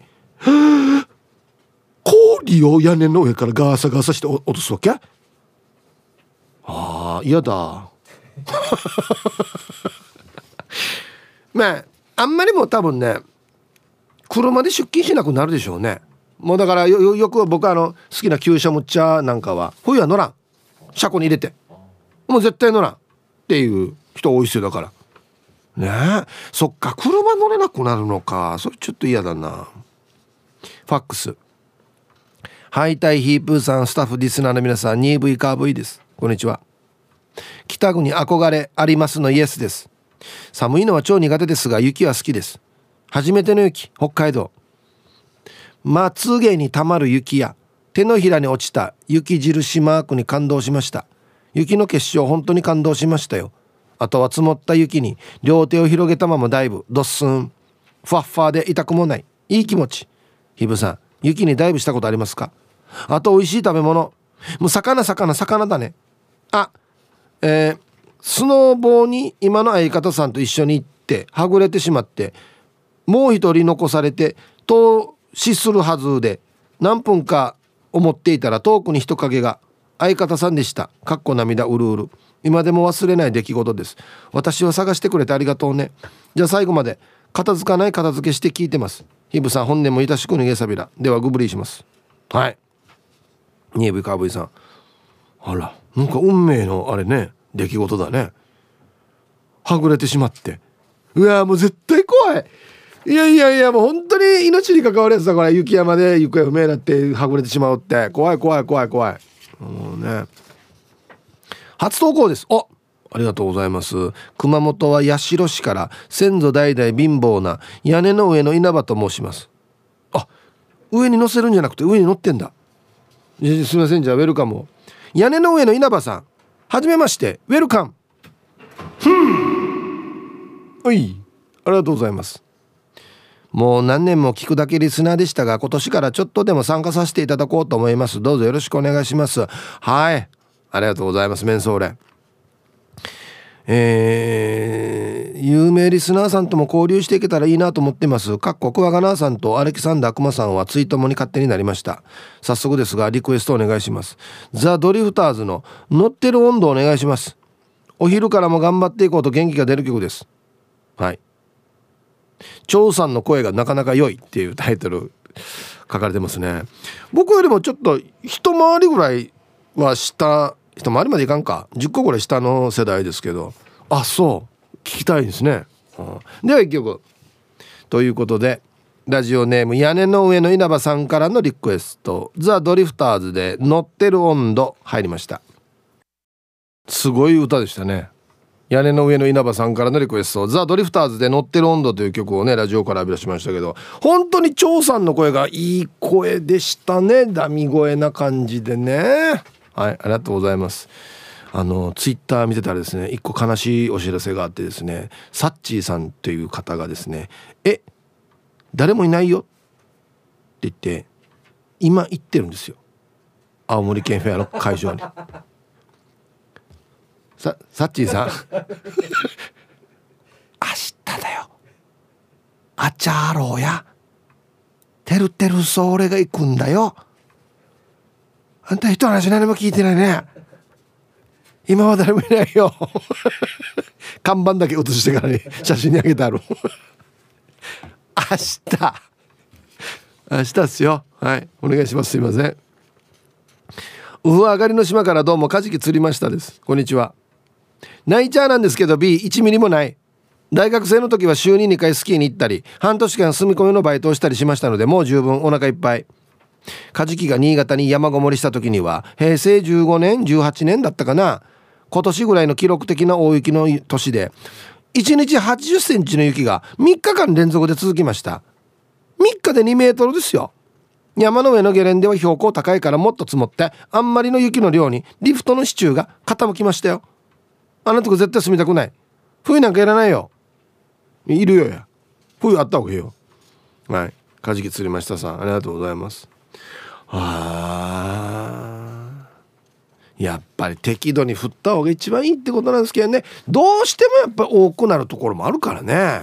氷を屋根の上からガーサガーサして落とすわけ。嫌だまああんまりも多分ね車で出勤しなくなるでしょうね。もうだからよく僕好きな旧車むっちゃなんかは冬は乗らん、車庫に入れてもう絶対乗らんっていう人多いですよ。だからねえ、そっか、車乗れなくなるのか。それちょっと嫌だな。ファックス。ハイタイヒープーさん、スタッフリスナーの皆さん、2V カー V です。こんにちは。北国憧れありますのイエスです。寒いのは超苦手ですが雪は好きです。初めての雪、北海道まつげにたまる雪や手のひらに落ちた雪印マークに感動しました。雪の結晶本当に感動しましたよ。あとは積もった雪に両手を広げたままダイブ、ドッスン、ファッファーで痛くもない、いい気持ち。ヒブさん、雪にダイブしたことありますか？あと美味しい食べ物、もう魚だね。スノーボーに今の相方さんと一緒に行ってはぐれてしまって、もう一人残されて投資するはずで何分か思っていたら遠くに人影が。相方さんでした。かっこ涙うるうる。今でも忘れない出来事です。私を探してくれてありがとうね。じゃあ最後まで片付かない片付けして聞いてます。ヒブさん、本年もいたしく逃げさびら。ではグブリーします。はい、ニエブカーブイさん、あら、なんか運命のあれね、出来事だね。はぐれてしまって、うわもう絶対怖い。いやもう本当に命に関わるやつだから。雪山で行方不明になってはぐれてしまうって怖い。もうね、初投稿です。ありがとうございます。熊本は八代市から先祖代々貧乏な屋根の上の稲葉と申します。上に乗せるんじゃなくて上に乗ってんだ。すみません、じゃあウェルカム。屋根の上の稲葉さん、はじめまして、ウェルカム。 はい、ありがとうございます。もう何年も聞くだけリスナーでしたが、今年からちょっとでも参加させていただこうと思います。どうぞよろしくお願いします。はい、ありがとうございます。メンソーレ。有名リスナーさんとも交流していけたらいいなと思っています。かっこクワガナーさんとアレキサンダークマさんはツイートもに勝手になりました。早速ですがリクエストお願いします。ザ・ドリフターズの乗ってる温度お願いします。お昼からも頑張っていこうと元気が出る曲です。はい、張さんの声がなかなか良いっていうタイトル書かれてますね。僕よりもちょっと一回りぐらいは下、一回りまでいかんか、10個ぐらい下の世代ですけど、あ、そう聞きたいですね、では一曲ということで、ラジオネーム屋根の上の稲葉さんからのリクエスト、ザ・ドリフターズで乗ってる温度入りました。すごい歌でしたね。屋根の上の稲葉さんからのリクエスト、ザ・ドリフターズで乗ってる温度という曲をね、ラジオから浴び出しましたけど、本当に張さんの声がいい声でしたね。ダミ声な感じでね。はい、ありがとうございます。ツイッター見てたらですね、一個悲しいお知らせがあってですね、サッチーさんという方がですね、誰もいないよって言って今行ってるんですよ、青森県フェアの会場に。サッチーさん明日だよ、あちゃーろうや、てるてるそ俺が行くんだよ。あんた人の話何も聞いてないね。今は誰もいないよ。看板だけ写してからに写真にあげてある。明日っすよ。はい、お願いします。すいません。ウフ上がりの島からどうもカジキ釣りましたです。こんにちは。ナイチャーなんですけど B1 ミリもない。大学生の時は週に2回スキーに行ったり、半年間住み込みのバイトをしたりしましたので、もう十分お腹いっぱい。カジキが新潟に山ごもりした時には平成15年18年だったかな、今年ぐらいの記録的な大雪の年で1日80センチの雪が3日間連続で続きました。3日で2メートルですよ。山の上のゲレンデは標高高いからもっと積もって、あんまりの雪の量にリフトの支柱が傾きましたよ。あんなとこ絶対住みたくない。冬なんかいらないよ。いるよや、冬あった方がいいよ。はい、カジキ釣りましたさん、ありがとうございます。やっぱり適度に振った方が一番いいってことなんですけどね。どうしてもやっぱり多くなるところもあるからね。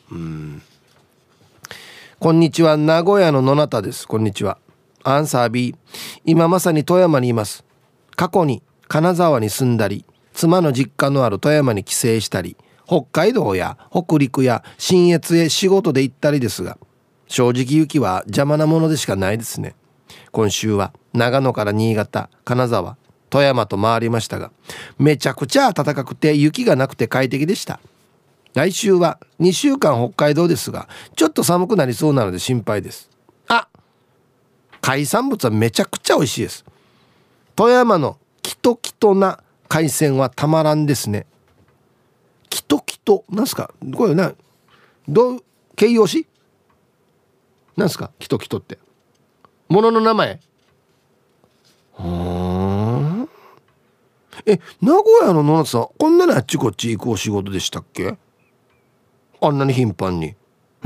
こんにちは、名古屋の野中です。こんにちは。アンサー B、 今まさに富山にいます。過去に金沢に住んだり、妻の実家のある富山に帰省したり、北海道や北陸や信越へ仕事で行ったりですが、正直雪は邪魔なものでしかないですね。今週は長野から新潟、金沢、富山と回りましたが、めちゃくちゃ暖かくて雪がなくて快適でした。来週は2週間北海道ですが、ちょっと寒くなりそうなので心配です。海産物はめちゃくちゃ美味しいです。富山のキトキトな海鮮はたまらんですね。キトキトなんすかこれね、どう形容詞なんすか、キトキトって物の名前。名古屋の野中さん、こんなにあっちこっち行くお仕事でしたっけ、あんなに頻繁に。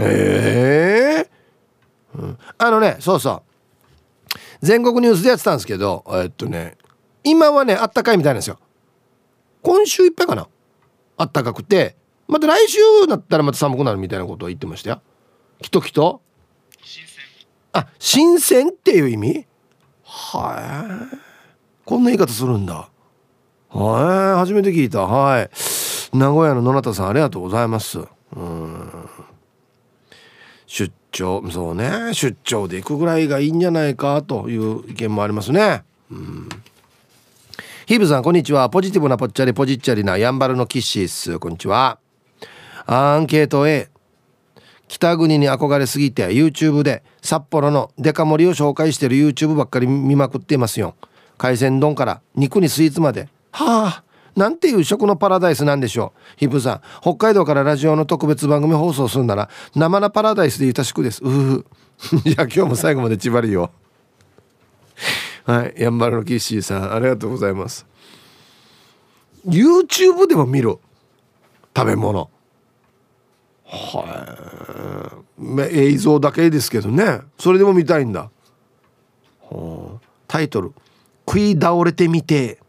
そうそう、全国ニュースでやってたんですけど、今はねあったかいみたいなんですよ。今週いっぱいかな、あったかくて、また来週だったらまた寒くなるみたいなことを言ってましたよ。キトキト、新鮮っていう意味。はい、こんな言い方するんだ。はい、初めて聞いた。はい、名古屋の野中さん、ありがとうございます。出張、そうね、出張で行くぐらいがいいんじゃないかという意見もありますね。ヒブさん、こんにちは。ポジティブなぽっちゃりポジッチャリなやんばるのキッシーっす。こんにちは。アンケート A、 北国に憧れすぎて YouTube で札幌のデカ盛りを紹介してる YouTube ばっかり見まくっていますよ。海鮮丼から肉にスイーツまで、なんていう食のパラダイスなんでしょう。ヒブさん、北海道からラジオの特別番組放送するなら生なパラダイスでゆたしくです。じゃあ今日も最後までちばりよ。はい、やんばるのキッシーさん、ありがとうございます。 YouTube でも見る食べ物、 はい、映像だけですけどね。それでも見たいんだ。タイトル食い倒れてみて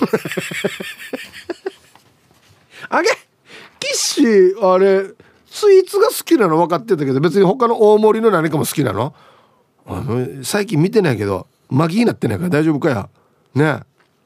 あげキッシーあれスイーツが好きなの分かってたけど、別に他の大盛りの何かも好きなの？最近見てないけどマギになってないから大丈夫かやね。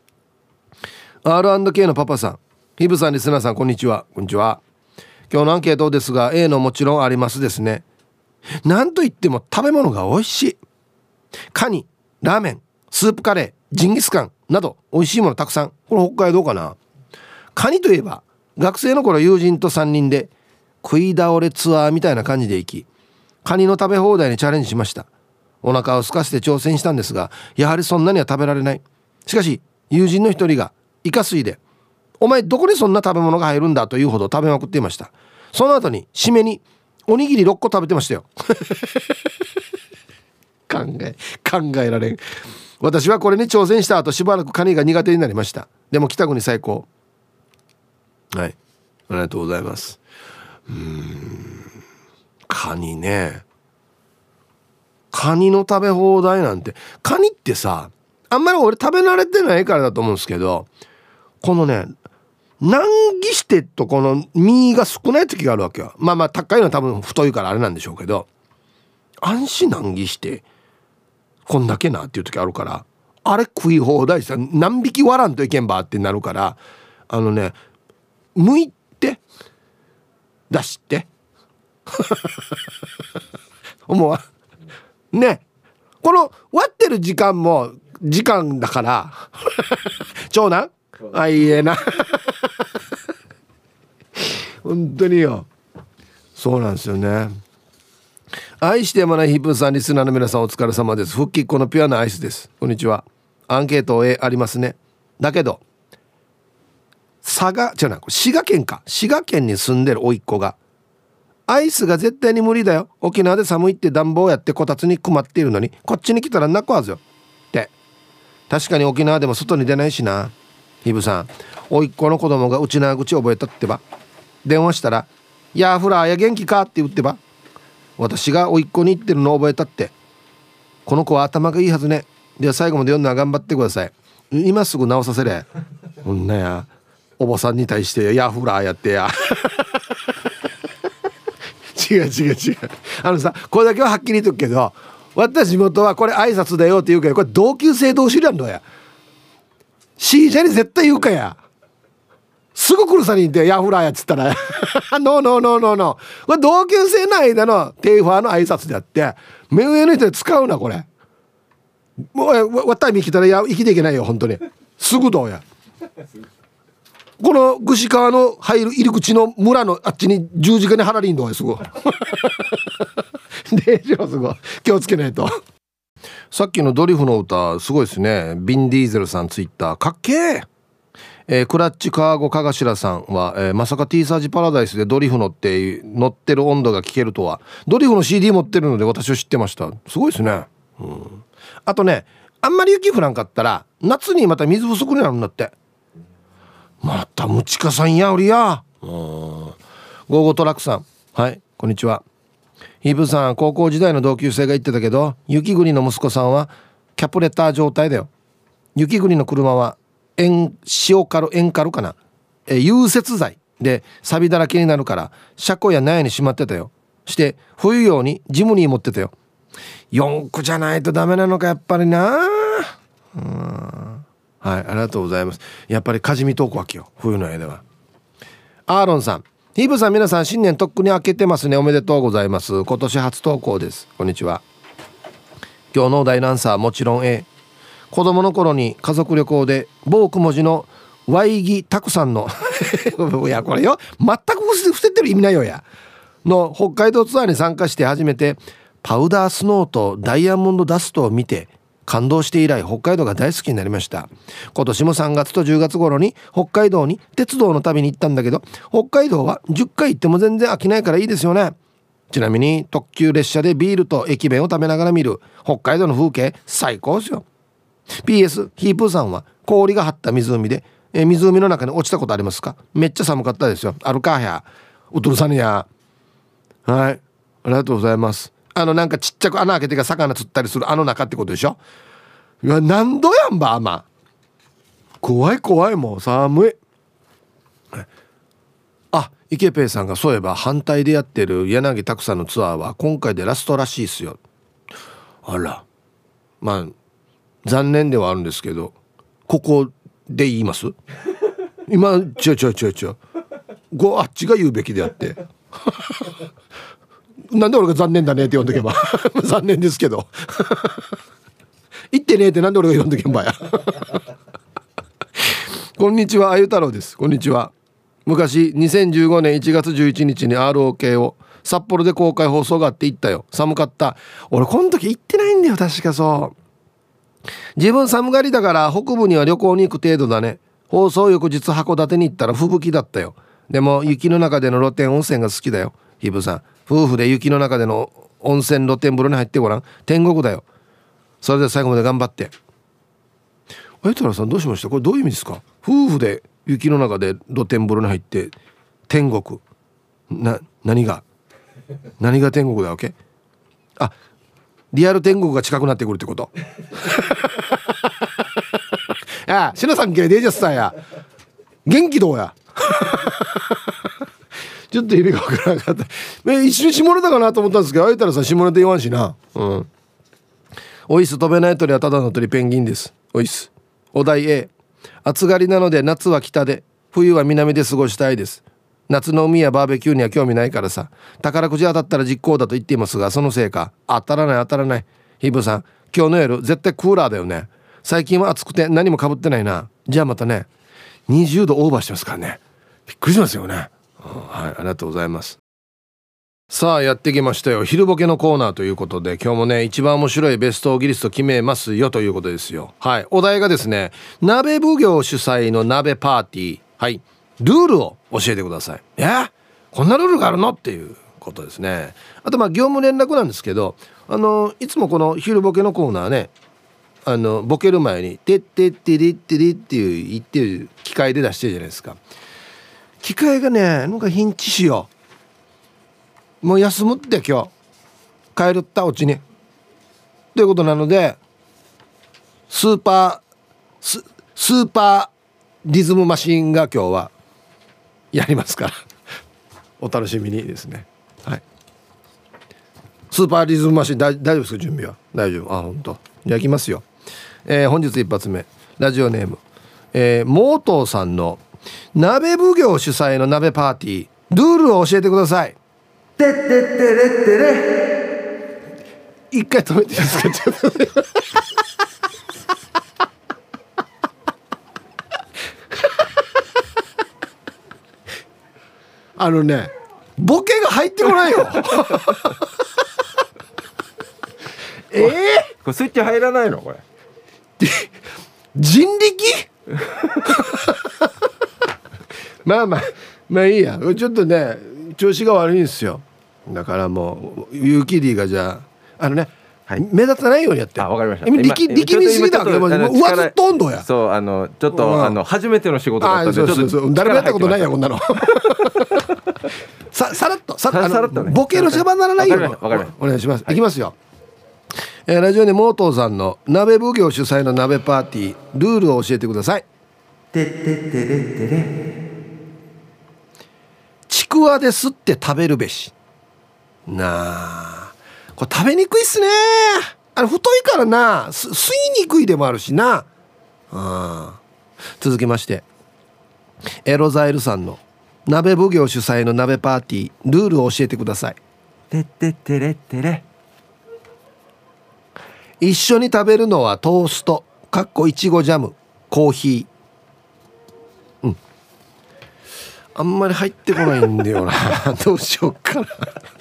R&K のパパさん、ヒブさん、リスナーさん、こんにちは。こんにちは。今日のアンケートですが A のもちろんありますですね。なんといっても食べ物が美味しい。カニ、ラーメン、スープカレー、ジンギスカンなど美味しいものたくさん。これ北海道かな。カニといえば学生の頃友人と3人で食い倒れツアーみたいな感じで行き、カニの食べ放題にチャレンジしました。お腹を空かせて挑戦したんですが、やはりそんなには食べられない。しかし友人の一人がイカ水で、お前どこにそんな食べ物が入るんだというほど食べまくっていました。その後に締めにおにぎり6個食べてましたよ考えられん。私はこれに挑戦した後しばらくカニが苦手になりました。でも北国最高。はい、ありがとうございます。カニね、カニの食べ放題なんて。カニってさ、あんまり俺食べ慣れてないからだと思うんですけど、このね難儀してとこの身が少ない時があるわけよ。まあ高いのは多分太いからあれなんでしょうけど、安心難儀してこんだけなっていう時あるから、あれ食い放題さ何匹割らんといけんばってなるから、剥いて出して思うね。この割ってる時間も時間だから長男あいいえな本当によ、そうなんですよね。愛してやまないヒップさん、リスナーの皆さんお疲れ様です。復帰っ子のピュアなアイスです。こんにちは。アンケート A ありますね。だけど滋賀県に住んでる甥っ子が、アイスが絶対に無理だよ、沖縄で寒いって暖房やってこたつに困っているのにこっちに来たら泣くはずよって。確かに沖縄でも外に出ないしな。ヒブさん、甥っ子の子供がうちな口覚えたってば。電話したらやーフラーや元気かって言ってば。私が甥っ子に言ってるの覚えたって。この子は頭がいいはずね。では最後まで読んだら頑張ってください。今すぐ直させれ。ほんなやおばさんに対してヤーフラーやってや違うさ、これだけははっきり言っとくけど、私地元はこれ挨拶だよって言うけど、これ同級生同士なんだや。シージャに絶対言うかや。すぐ来るさに言ってヤーフラーやっつったらノーこれ同級生の間のテイファーの挨拶であって、目上の人で使うなこれ。もうわったみ来たら生きていけないよ本当に。すぐどうや。この串川の入る入り口の村のあっちに十字架に貼られんどうやすぐでしょ、すごい気をつけないと。さっきのドリフの歌すごいですね。ビンディーゼルさんツイッターかっけー。クラッチカーゴかがしらさんは、まさか T サージパラダイスでドリフ乗ってる温度が聞けるとは。ドリフの CD 持ってるので私は知ってました。すごいですね。あとね、あんまり雪降らんかったら夏にまた水不足になるんだって。またムチカさんやおりや。ゴーゴートラックさん、はいこんにちは。ヒープさん、高校時代の同級生が言ってたけど、雪国の息子さんはキャプレター状態だよ。雪国の車はエンカルかな、融雪剤で錆びだらけになるから車庫や納屋にしまってたよ。して冬用にジムニー持ってたよ。4区じゃないとダメなのかやっぱりな。はい、ありがとうございます。やっぱりカジミトークわけよ冬の間は。アーロンさん、ヒーブさん、皆さん新年とっくに明けてますね。おめでとうございます。今年初投稿です。こんにちは。今日のお題のアンサーもちろん A。 子供の頃に家族旅行で某く文字のワイギタクさんのいやこれよ全く伏せてる意味ないよやの北海道ツアーに参加して初めてパウダースノーとダイヤモンドダストを見て感動して以来北海道が大好きになりました。今年も3月と10月頃に北海道に鉄道の旅に行ったんだけど、北海道は10回行っても全然飽きないからいいですよね。ちなみに特急列車でビールと駅弁を食べながら見る北海道の風景最高ですよ。 PS ヒープーさんは氷が張った湖で湖の中に落ちたことありますか？めっちゃ寒かったですよ。あるかやうとるさねや。 はい、ありがとうございます。なんかちっちゃく穴開けてから魚釣ったりする中ってことでしょ。いや、何度やんばま怖い怖い、もう寒い。あ、池ペイさんがそういえば反対でやってる柳拓さんのツアーは今回でラストらしいっすよ。あら、まあ残念ではあるんですけど、ここで言います今。違うあっちが言うべきであってなんで俺が残念だねって呼んどけば残念ですけど言ってねえってなんで俺が呼んどけばやこんにちは、あゆ太郎です。こんにちは。昔2015年1月11日に ROK を札幌で公開放送があって行ったよ。寒かった。俺この時行ってないんだよ、確か。そう自分寒がりだから北部には旅行に行く程度だね。放送翌日函館に行ったら吹雪だったよ。でも雪の中での露天温泉が好きだよ。ひぶさん、夫婦で雪の中での温泉露天風呂に入ってごらん。天国だよ。それで最後まで頑張って。あゆたらさんどうしました？これどういう意味ですか？夫婦で雪の中で露天風呂に入って天国何が天国だわけ？あ、リアル天国が近くなってくるってこといや、しのさんけデージャスさんや元気どうやちょっと意味がわからなかった。一瞬下ネタかなと思ったんですけど、あゆたらさん下ネタ言わんしな。おいす、飛べない鳥はただの鳥、ペンギンです。おいす。お題 A、 暑がりなので夏は北で冬は南で過ごしたいです。夏の海やバーベキューには興味ないからさ。宝くじ当たったら実行だと言っていますが、そのせいか当たらない。ヒブさん、今日の夜絶対クーラーだよね。最近は暑くて何もかぶってないな。じゃあまたね。20度オーバーしてますからね。びっくりしますよね。はい、ありがとうございます。さあやってきましたよ、昼ボケのコーナーということで、今日もね一番面白いベストギリスト決めますよということですよ。はい、お題がですね、鍋奉行主催の鍋パーティー。はい、ルールを教えてください。こんなルールがあるのっていうことですね。あと業務連絡なんですけど、いつもこの昼ボケのコーナーね、ボケる前にてってってりってりっていう言ってる機械で出してるじゃないですか。機械がねなんかヒンチしよう、もう休むって今日帰るったおちにということなので、スーパーリズムマシンが今日はやりますからお楽しみにですね。はい、スーパーリズムマシン大丈夫ですか？準備は大丈夫？本当。じゃあ行きますよ。本日一発目、ラジオネーム、モートーさんの鍋奉行主催の鍋パーティー、ルールを教えてください。てってってれってれ。一回止めていいですか？ちょっとボケが入ってこないよこれスイッチ入らないのこれ人力まあいいや。ちょっとね調子が悪いんですよ。だからもうユーキリーがじゃあはい、目立たないようにやって。 わかりました。 力みすぎだけど上ずっとんどや。 そうちょっと初めての仕事だったんで、 そう誰もやったことないやこんなのさらっとね、ボケの邪魔ならないよ。お願いします。いきますよ。ラジオネームモートーさんの鍋奉行主催の鍋パーティー、ルールを教えてください。てってってれってれ。ちくわですって食べるべし。これ食べにくいっすね。太いから吸いにくいでもあるしな。続きまして、エロザイルさんの鍋奉行主催の鍋パーティー、ルールを教えてください。 てってってれってれ。 一緒に食べるのはトーストいちごジャムコーヒー。あんまり入ってこないんだよなどうしようかな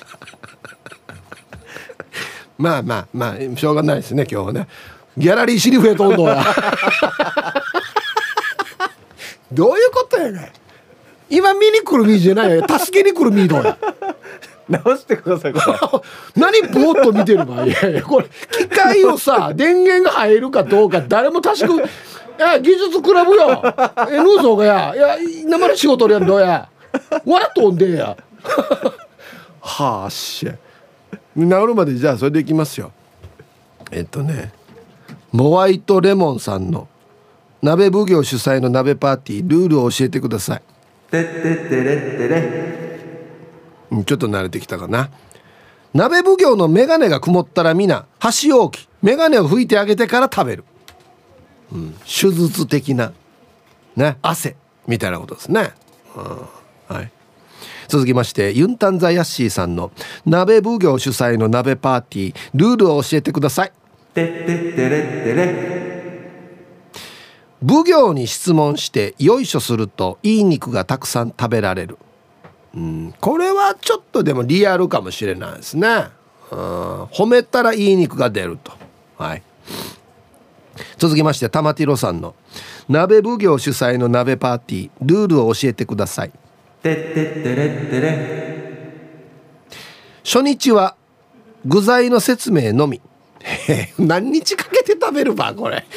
まあしょうがないですね。今日はねギャラリーシリフェとんどやどういうことやね。今見に来る身じゃないよ、助けに来る身どうや直してくださいこれ何ぼーっと見てる場合。いやこれ機械をさ電源が入るかどうか誰も確か技術クラブよヌーゾーがや生で仕事やんどうやわらとんでやはあし治るまでじゃあそれでいきますよ。モワイトレモンさんの鍋奉行主催の鍋パーティールールを教えてください。 てってってれってれ。 ちょっと慣れてきたかな。鍋奉行のメガネが曇ったらみんな箸を置きメガネを拭いてあげてから食べる、手術的なね汗みたいなことですね、はい。続きましてユンタンザヤッシーさんの鍋奉行主催の鍋パーティールールを教えてください。 てってってれってれ。 奉行に質問してよいしょするといい肉がたくさん食べられる。これはちょっとでもリアルかもしれないですね。褒めたらいい肉が出ると、はい。続きまして玉ティロさんの鍋奉行主催の鍋パーティールールを教えてください。 てってってれってれ。 初日は具材の説明のみ何日かけて食べるばこれ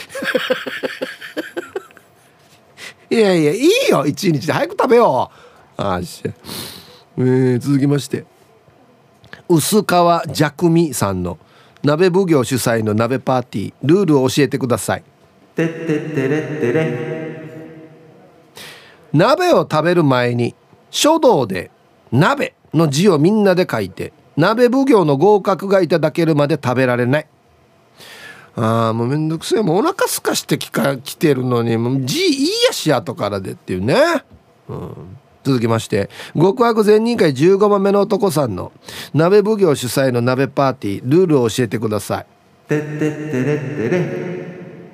いやいやいいよ1日で早く食べよう。続きまして薄川弱味さんの鍋奉行主催の鍋パーティールールを教えてください。 てってってれってれ。 鍋を食べる前に書道で鍋の字をみんなで書いて鍋奉行の合格がいただけるまで食べられない。もうめんどくせえ、もうお腹すかして来てるのにもう字いいやし後からでっていうね、続きまして極悪善人会15番目の男さんの鍋奉行主催の鍋パーティールールを教えてください。 てってってれってれ。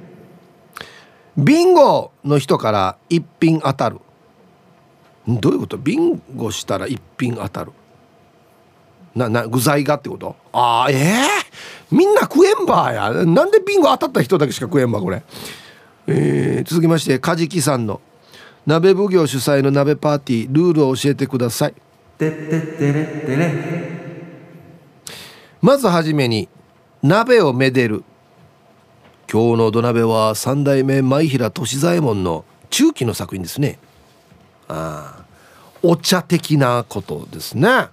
ビンゴの人から一品当たる。どういうこと？ビンゴしたら一品当たる具材がってこと？みんな食えんばや。なんでビンゴ当たった人だけしか食えんばこれ。続きましてカジキさんの鍋奉行主催の鍋パーティールールを教えてください。 てってってれってれ。 まずはじめに鍋をめでる。今日の土鍋は三代目前平利左衛門の中期の作品ですね。お茶的なことですね。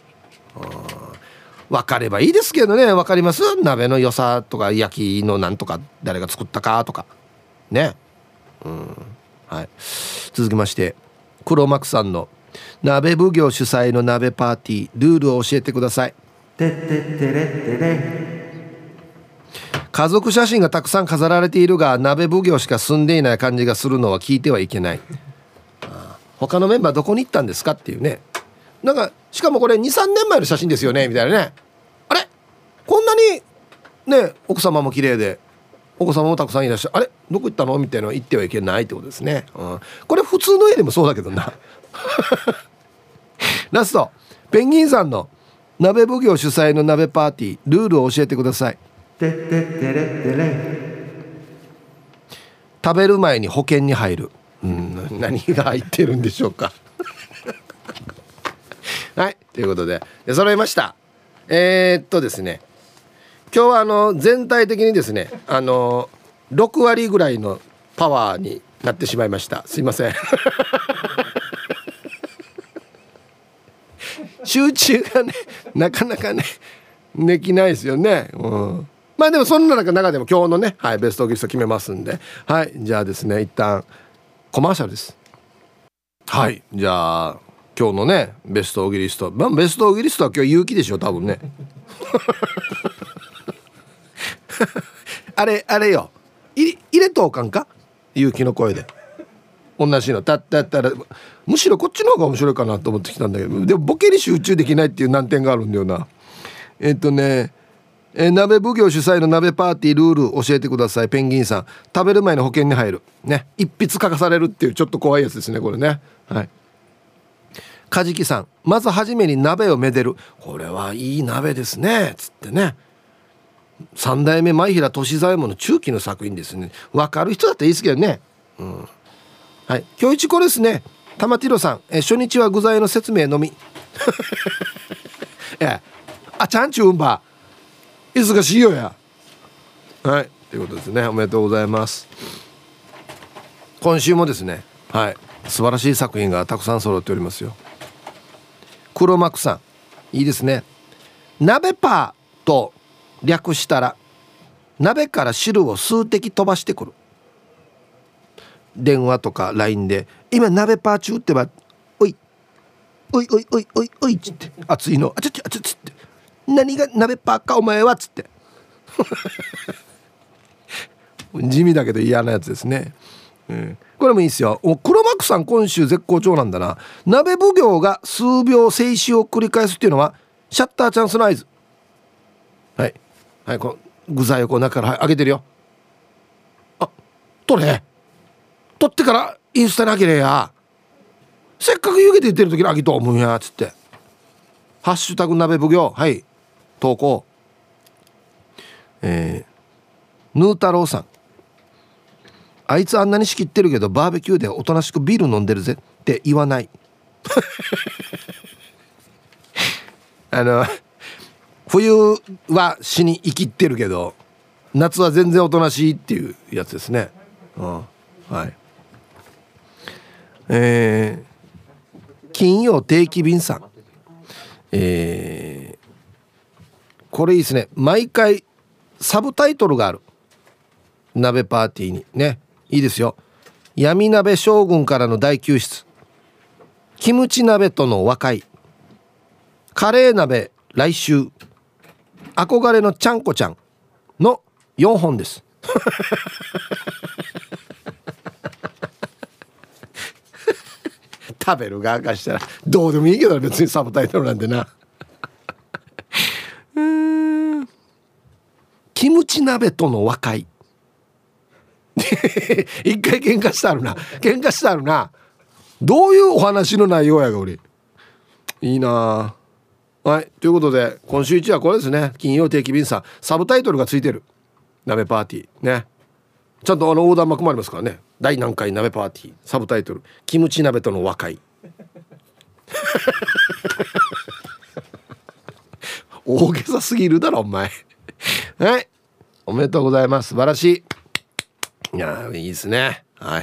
分かればいいですけどね。分かります？鍋の良さとか焼きのなんとか誰が作ったかとかね。はい。続きまして黒幕さんの鍋奉行主催の鍋パーティールールを教えてください。 てってってれってれ。 家族写真がたくさん飾られているが鍋奉行しか住んでいない感じがするのは聞いてはいけない。他のメンバーどこに行ったんですかっていうね。なんかしかもこれ 2,3 年前の写真ですよねみたいなね。あれこんなにね奥様も綺麗でお子様もたくさんいらっしゃる。あれどこ行ったのみたいなの言ってはいけないってことですね、これ普通の家でもそうだけどなラストペンギンさんの鍋奉行主催の鍋パーティールールを教えてください。 てってってれってれ。 食べる前に保険に入る。何が入ってるんでしょうかはいということで揃いました。ですね今日は全体的にですね6割ぐらいのパワーになってしまいました。すいません集中がねなかなかねできないですよね。まあでもそんな中でも今日のね、ベストギフト決めますんで、じゃあですね一旦コマーシャルです。じゃあ今日のねベストオギリスト、ベストオギリストは今日勇気でしょ多分ねあれよ入れとうかんか勇気の声で同じのたったらむしろこっちの方が面白いかなと思ってきたんだけど、でもボケに集中できないっていう難点があるんだよな。鍋奉行主催の鍋パーティールール教えてください。ペンギンさん食べる前の保険に入るね、一筆書かされるっていうちょっと怖いやつですねこれね。カジキさんまずはじめに鍋をめでる。これはいい鍋ですねつってね。三代目前平利左衛門の中期の作品ですね。分かる人だったらいいですけどね。今日一これですね。玉ティロさん初日は具材の説明のみちゃんちゅうんば忙しいよや。ということですね。おめでとうございます。今週もですね素晴らしい作品がたくさん揃っておりますよ。黒幕さんいいですね。鍋パーと略したら鍋から汁を数滴飛ばしてくる。電話とか LINE で今鍋パー中ってばおいおいおいおいおいおいっつって熱いのあちゃちゃちゃつって何が鍋パーかお前はっつって地味だけど嫌なやつですね、これもいいですよ。黒幕さん今週絶好調なんだな。鍋奉行が数秒静止を繰り返すっていうのはシャッターチャンスの合図。はいはい、この具材をこう中から揚げてるよ。あ、取ってからインスタにあげれや。せっかく湯気で言ってる時にあげと思うんやつって。ハッシュタグ鍋奉行、はい投稿。ヌー太郎さん、あいつあんなに仕切ってるけどバーベキューでおとなしくビール飲んでるぜって言わない冬は死に生きってるけど夏は全然おとなしいっていうやつですね、はい。金曜定期便さん、これいいですね。毎回サブタイトルがある鍋パーティーにね、いいですよ。闇鍋将軍からの大救出、キムチ鍋との和解、カレー鍋来週、憧れのちゃんこちゃんの4本です食べる側からしたらどうでもいいけど別にサブタイトルなんでなキムチ鍋との和解一回喧嘩してあるな。どういうお話の内容やが俺。いいな。はい、ということで今週1はこれですね。金曜定期便さん、サブタイトルがついてる鍋パーティーね。ちゃんと横断幕もありますからね。第何回鍋パーティー、サブタイトルキムチ鍋との和解大げさすぎるだろお前はい、おめでとうございます。素晴らしい。いやいいですね。はい。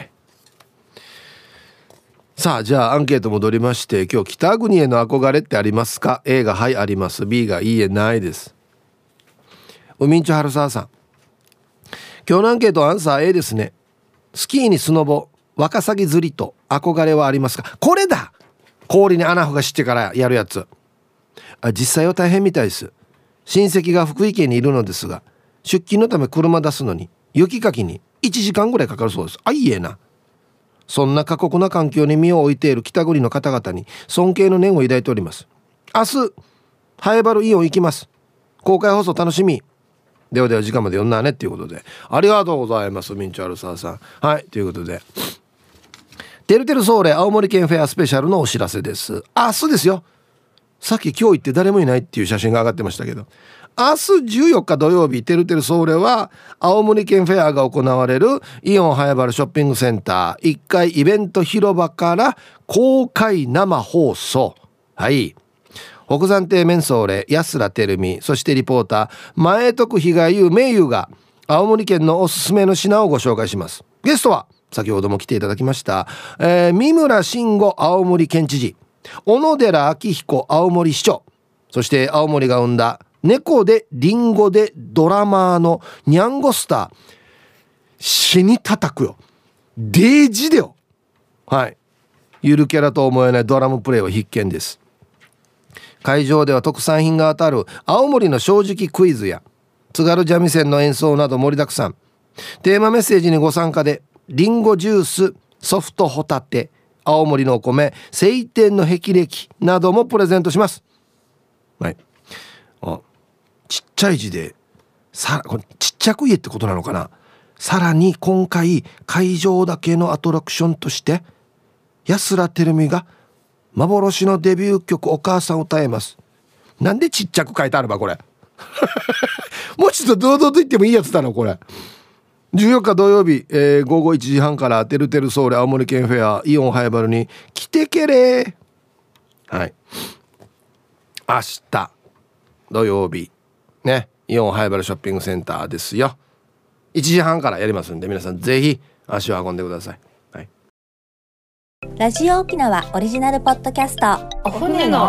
さあじゃあアンケート戻りまして、今日北国への憧れってありますか？ A がはいあります、 B がいいえないです。ウミンチョハルサーさん、今日のアンケートアンサー A ですね。スキーにスノボ、ワカサギ釣りと憧れはありますか？これだ、氷に穴がしてからやるやつ。実際は大変みたいです。親戚が福井県にいるのですが、出勤のため車出すのに雪かきに1時間ぐらいかかるそうです。いいえな。そんな過酷な環境に身を置いている北国の方々に尊敬の念を抱いております。明日ハエバルイオン行きます。公開放送楽しみ。ではでは時間まで読んだねっていうことで、ありがとうございます。ミンチョアルサーさん。はい、ということでてるてるソーレ青森県フェアスペシャルのお知らせです。明日ですよ。さっき今日行って誰もいないっていう写真が上がってましたけど、明日14日土曜日、てるてるソーレは青森県フェアが行われるイオンハヤバルショッピングセンター1階イベント広場から公開生放送。はい、北山亭メンソーレ安良てるみ、そしてリポーター前徳比嘉優名優が青森県のおすすめの品をご紹介します。ゲストは先ほども来ていただきました、三村慎吾青森県知事、小野寺昭彦青森市長、そして青森が生んだ猫でリンゴでドラマーのニャンゴスター、死に叩くよデージでよ。はい、ゆるキャラと思えないドラムプレイは必見です。会場では特産品が当たる青森の正直クイズや津軽三味線の演奏など盛りだくさん。テーマメッセージにご参加でリンゴジュース、ソフトホタテ、青森のお米、晴天の霹靂などもプレゼントします。はい、ちっちゃい字でこれちっちゃく言えってことなのかな。さらに今回会場だけのアトラクションとして安良てるみが幻のデビュー曲お母さんを歌えます。なんでちっちゃく書いてあるばこれもうちょっと堂々と言ってもいいやつだなこれ。14日土曜日、午後1時半からてるてるソーレ青森県フェアイオンハイバルに来てけれ。はい、明日土曜日ね、イオンハイバルショッピングセンターですよ。1時半からやりますんで皆さんぜひ足を運んでください。はい、 ラジオ沖縄オリジナルポッドキャスト、 お船の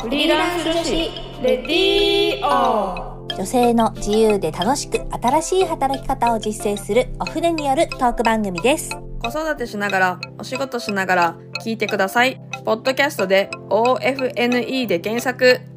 フリーランス女子レディオ。 女性の自由で楽しく新しい働き方を実践するお船によるトーク番組です。 子育てしながらお仕事しながら聞いてください。ポッドキャストで OFNE で検索。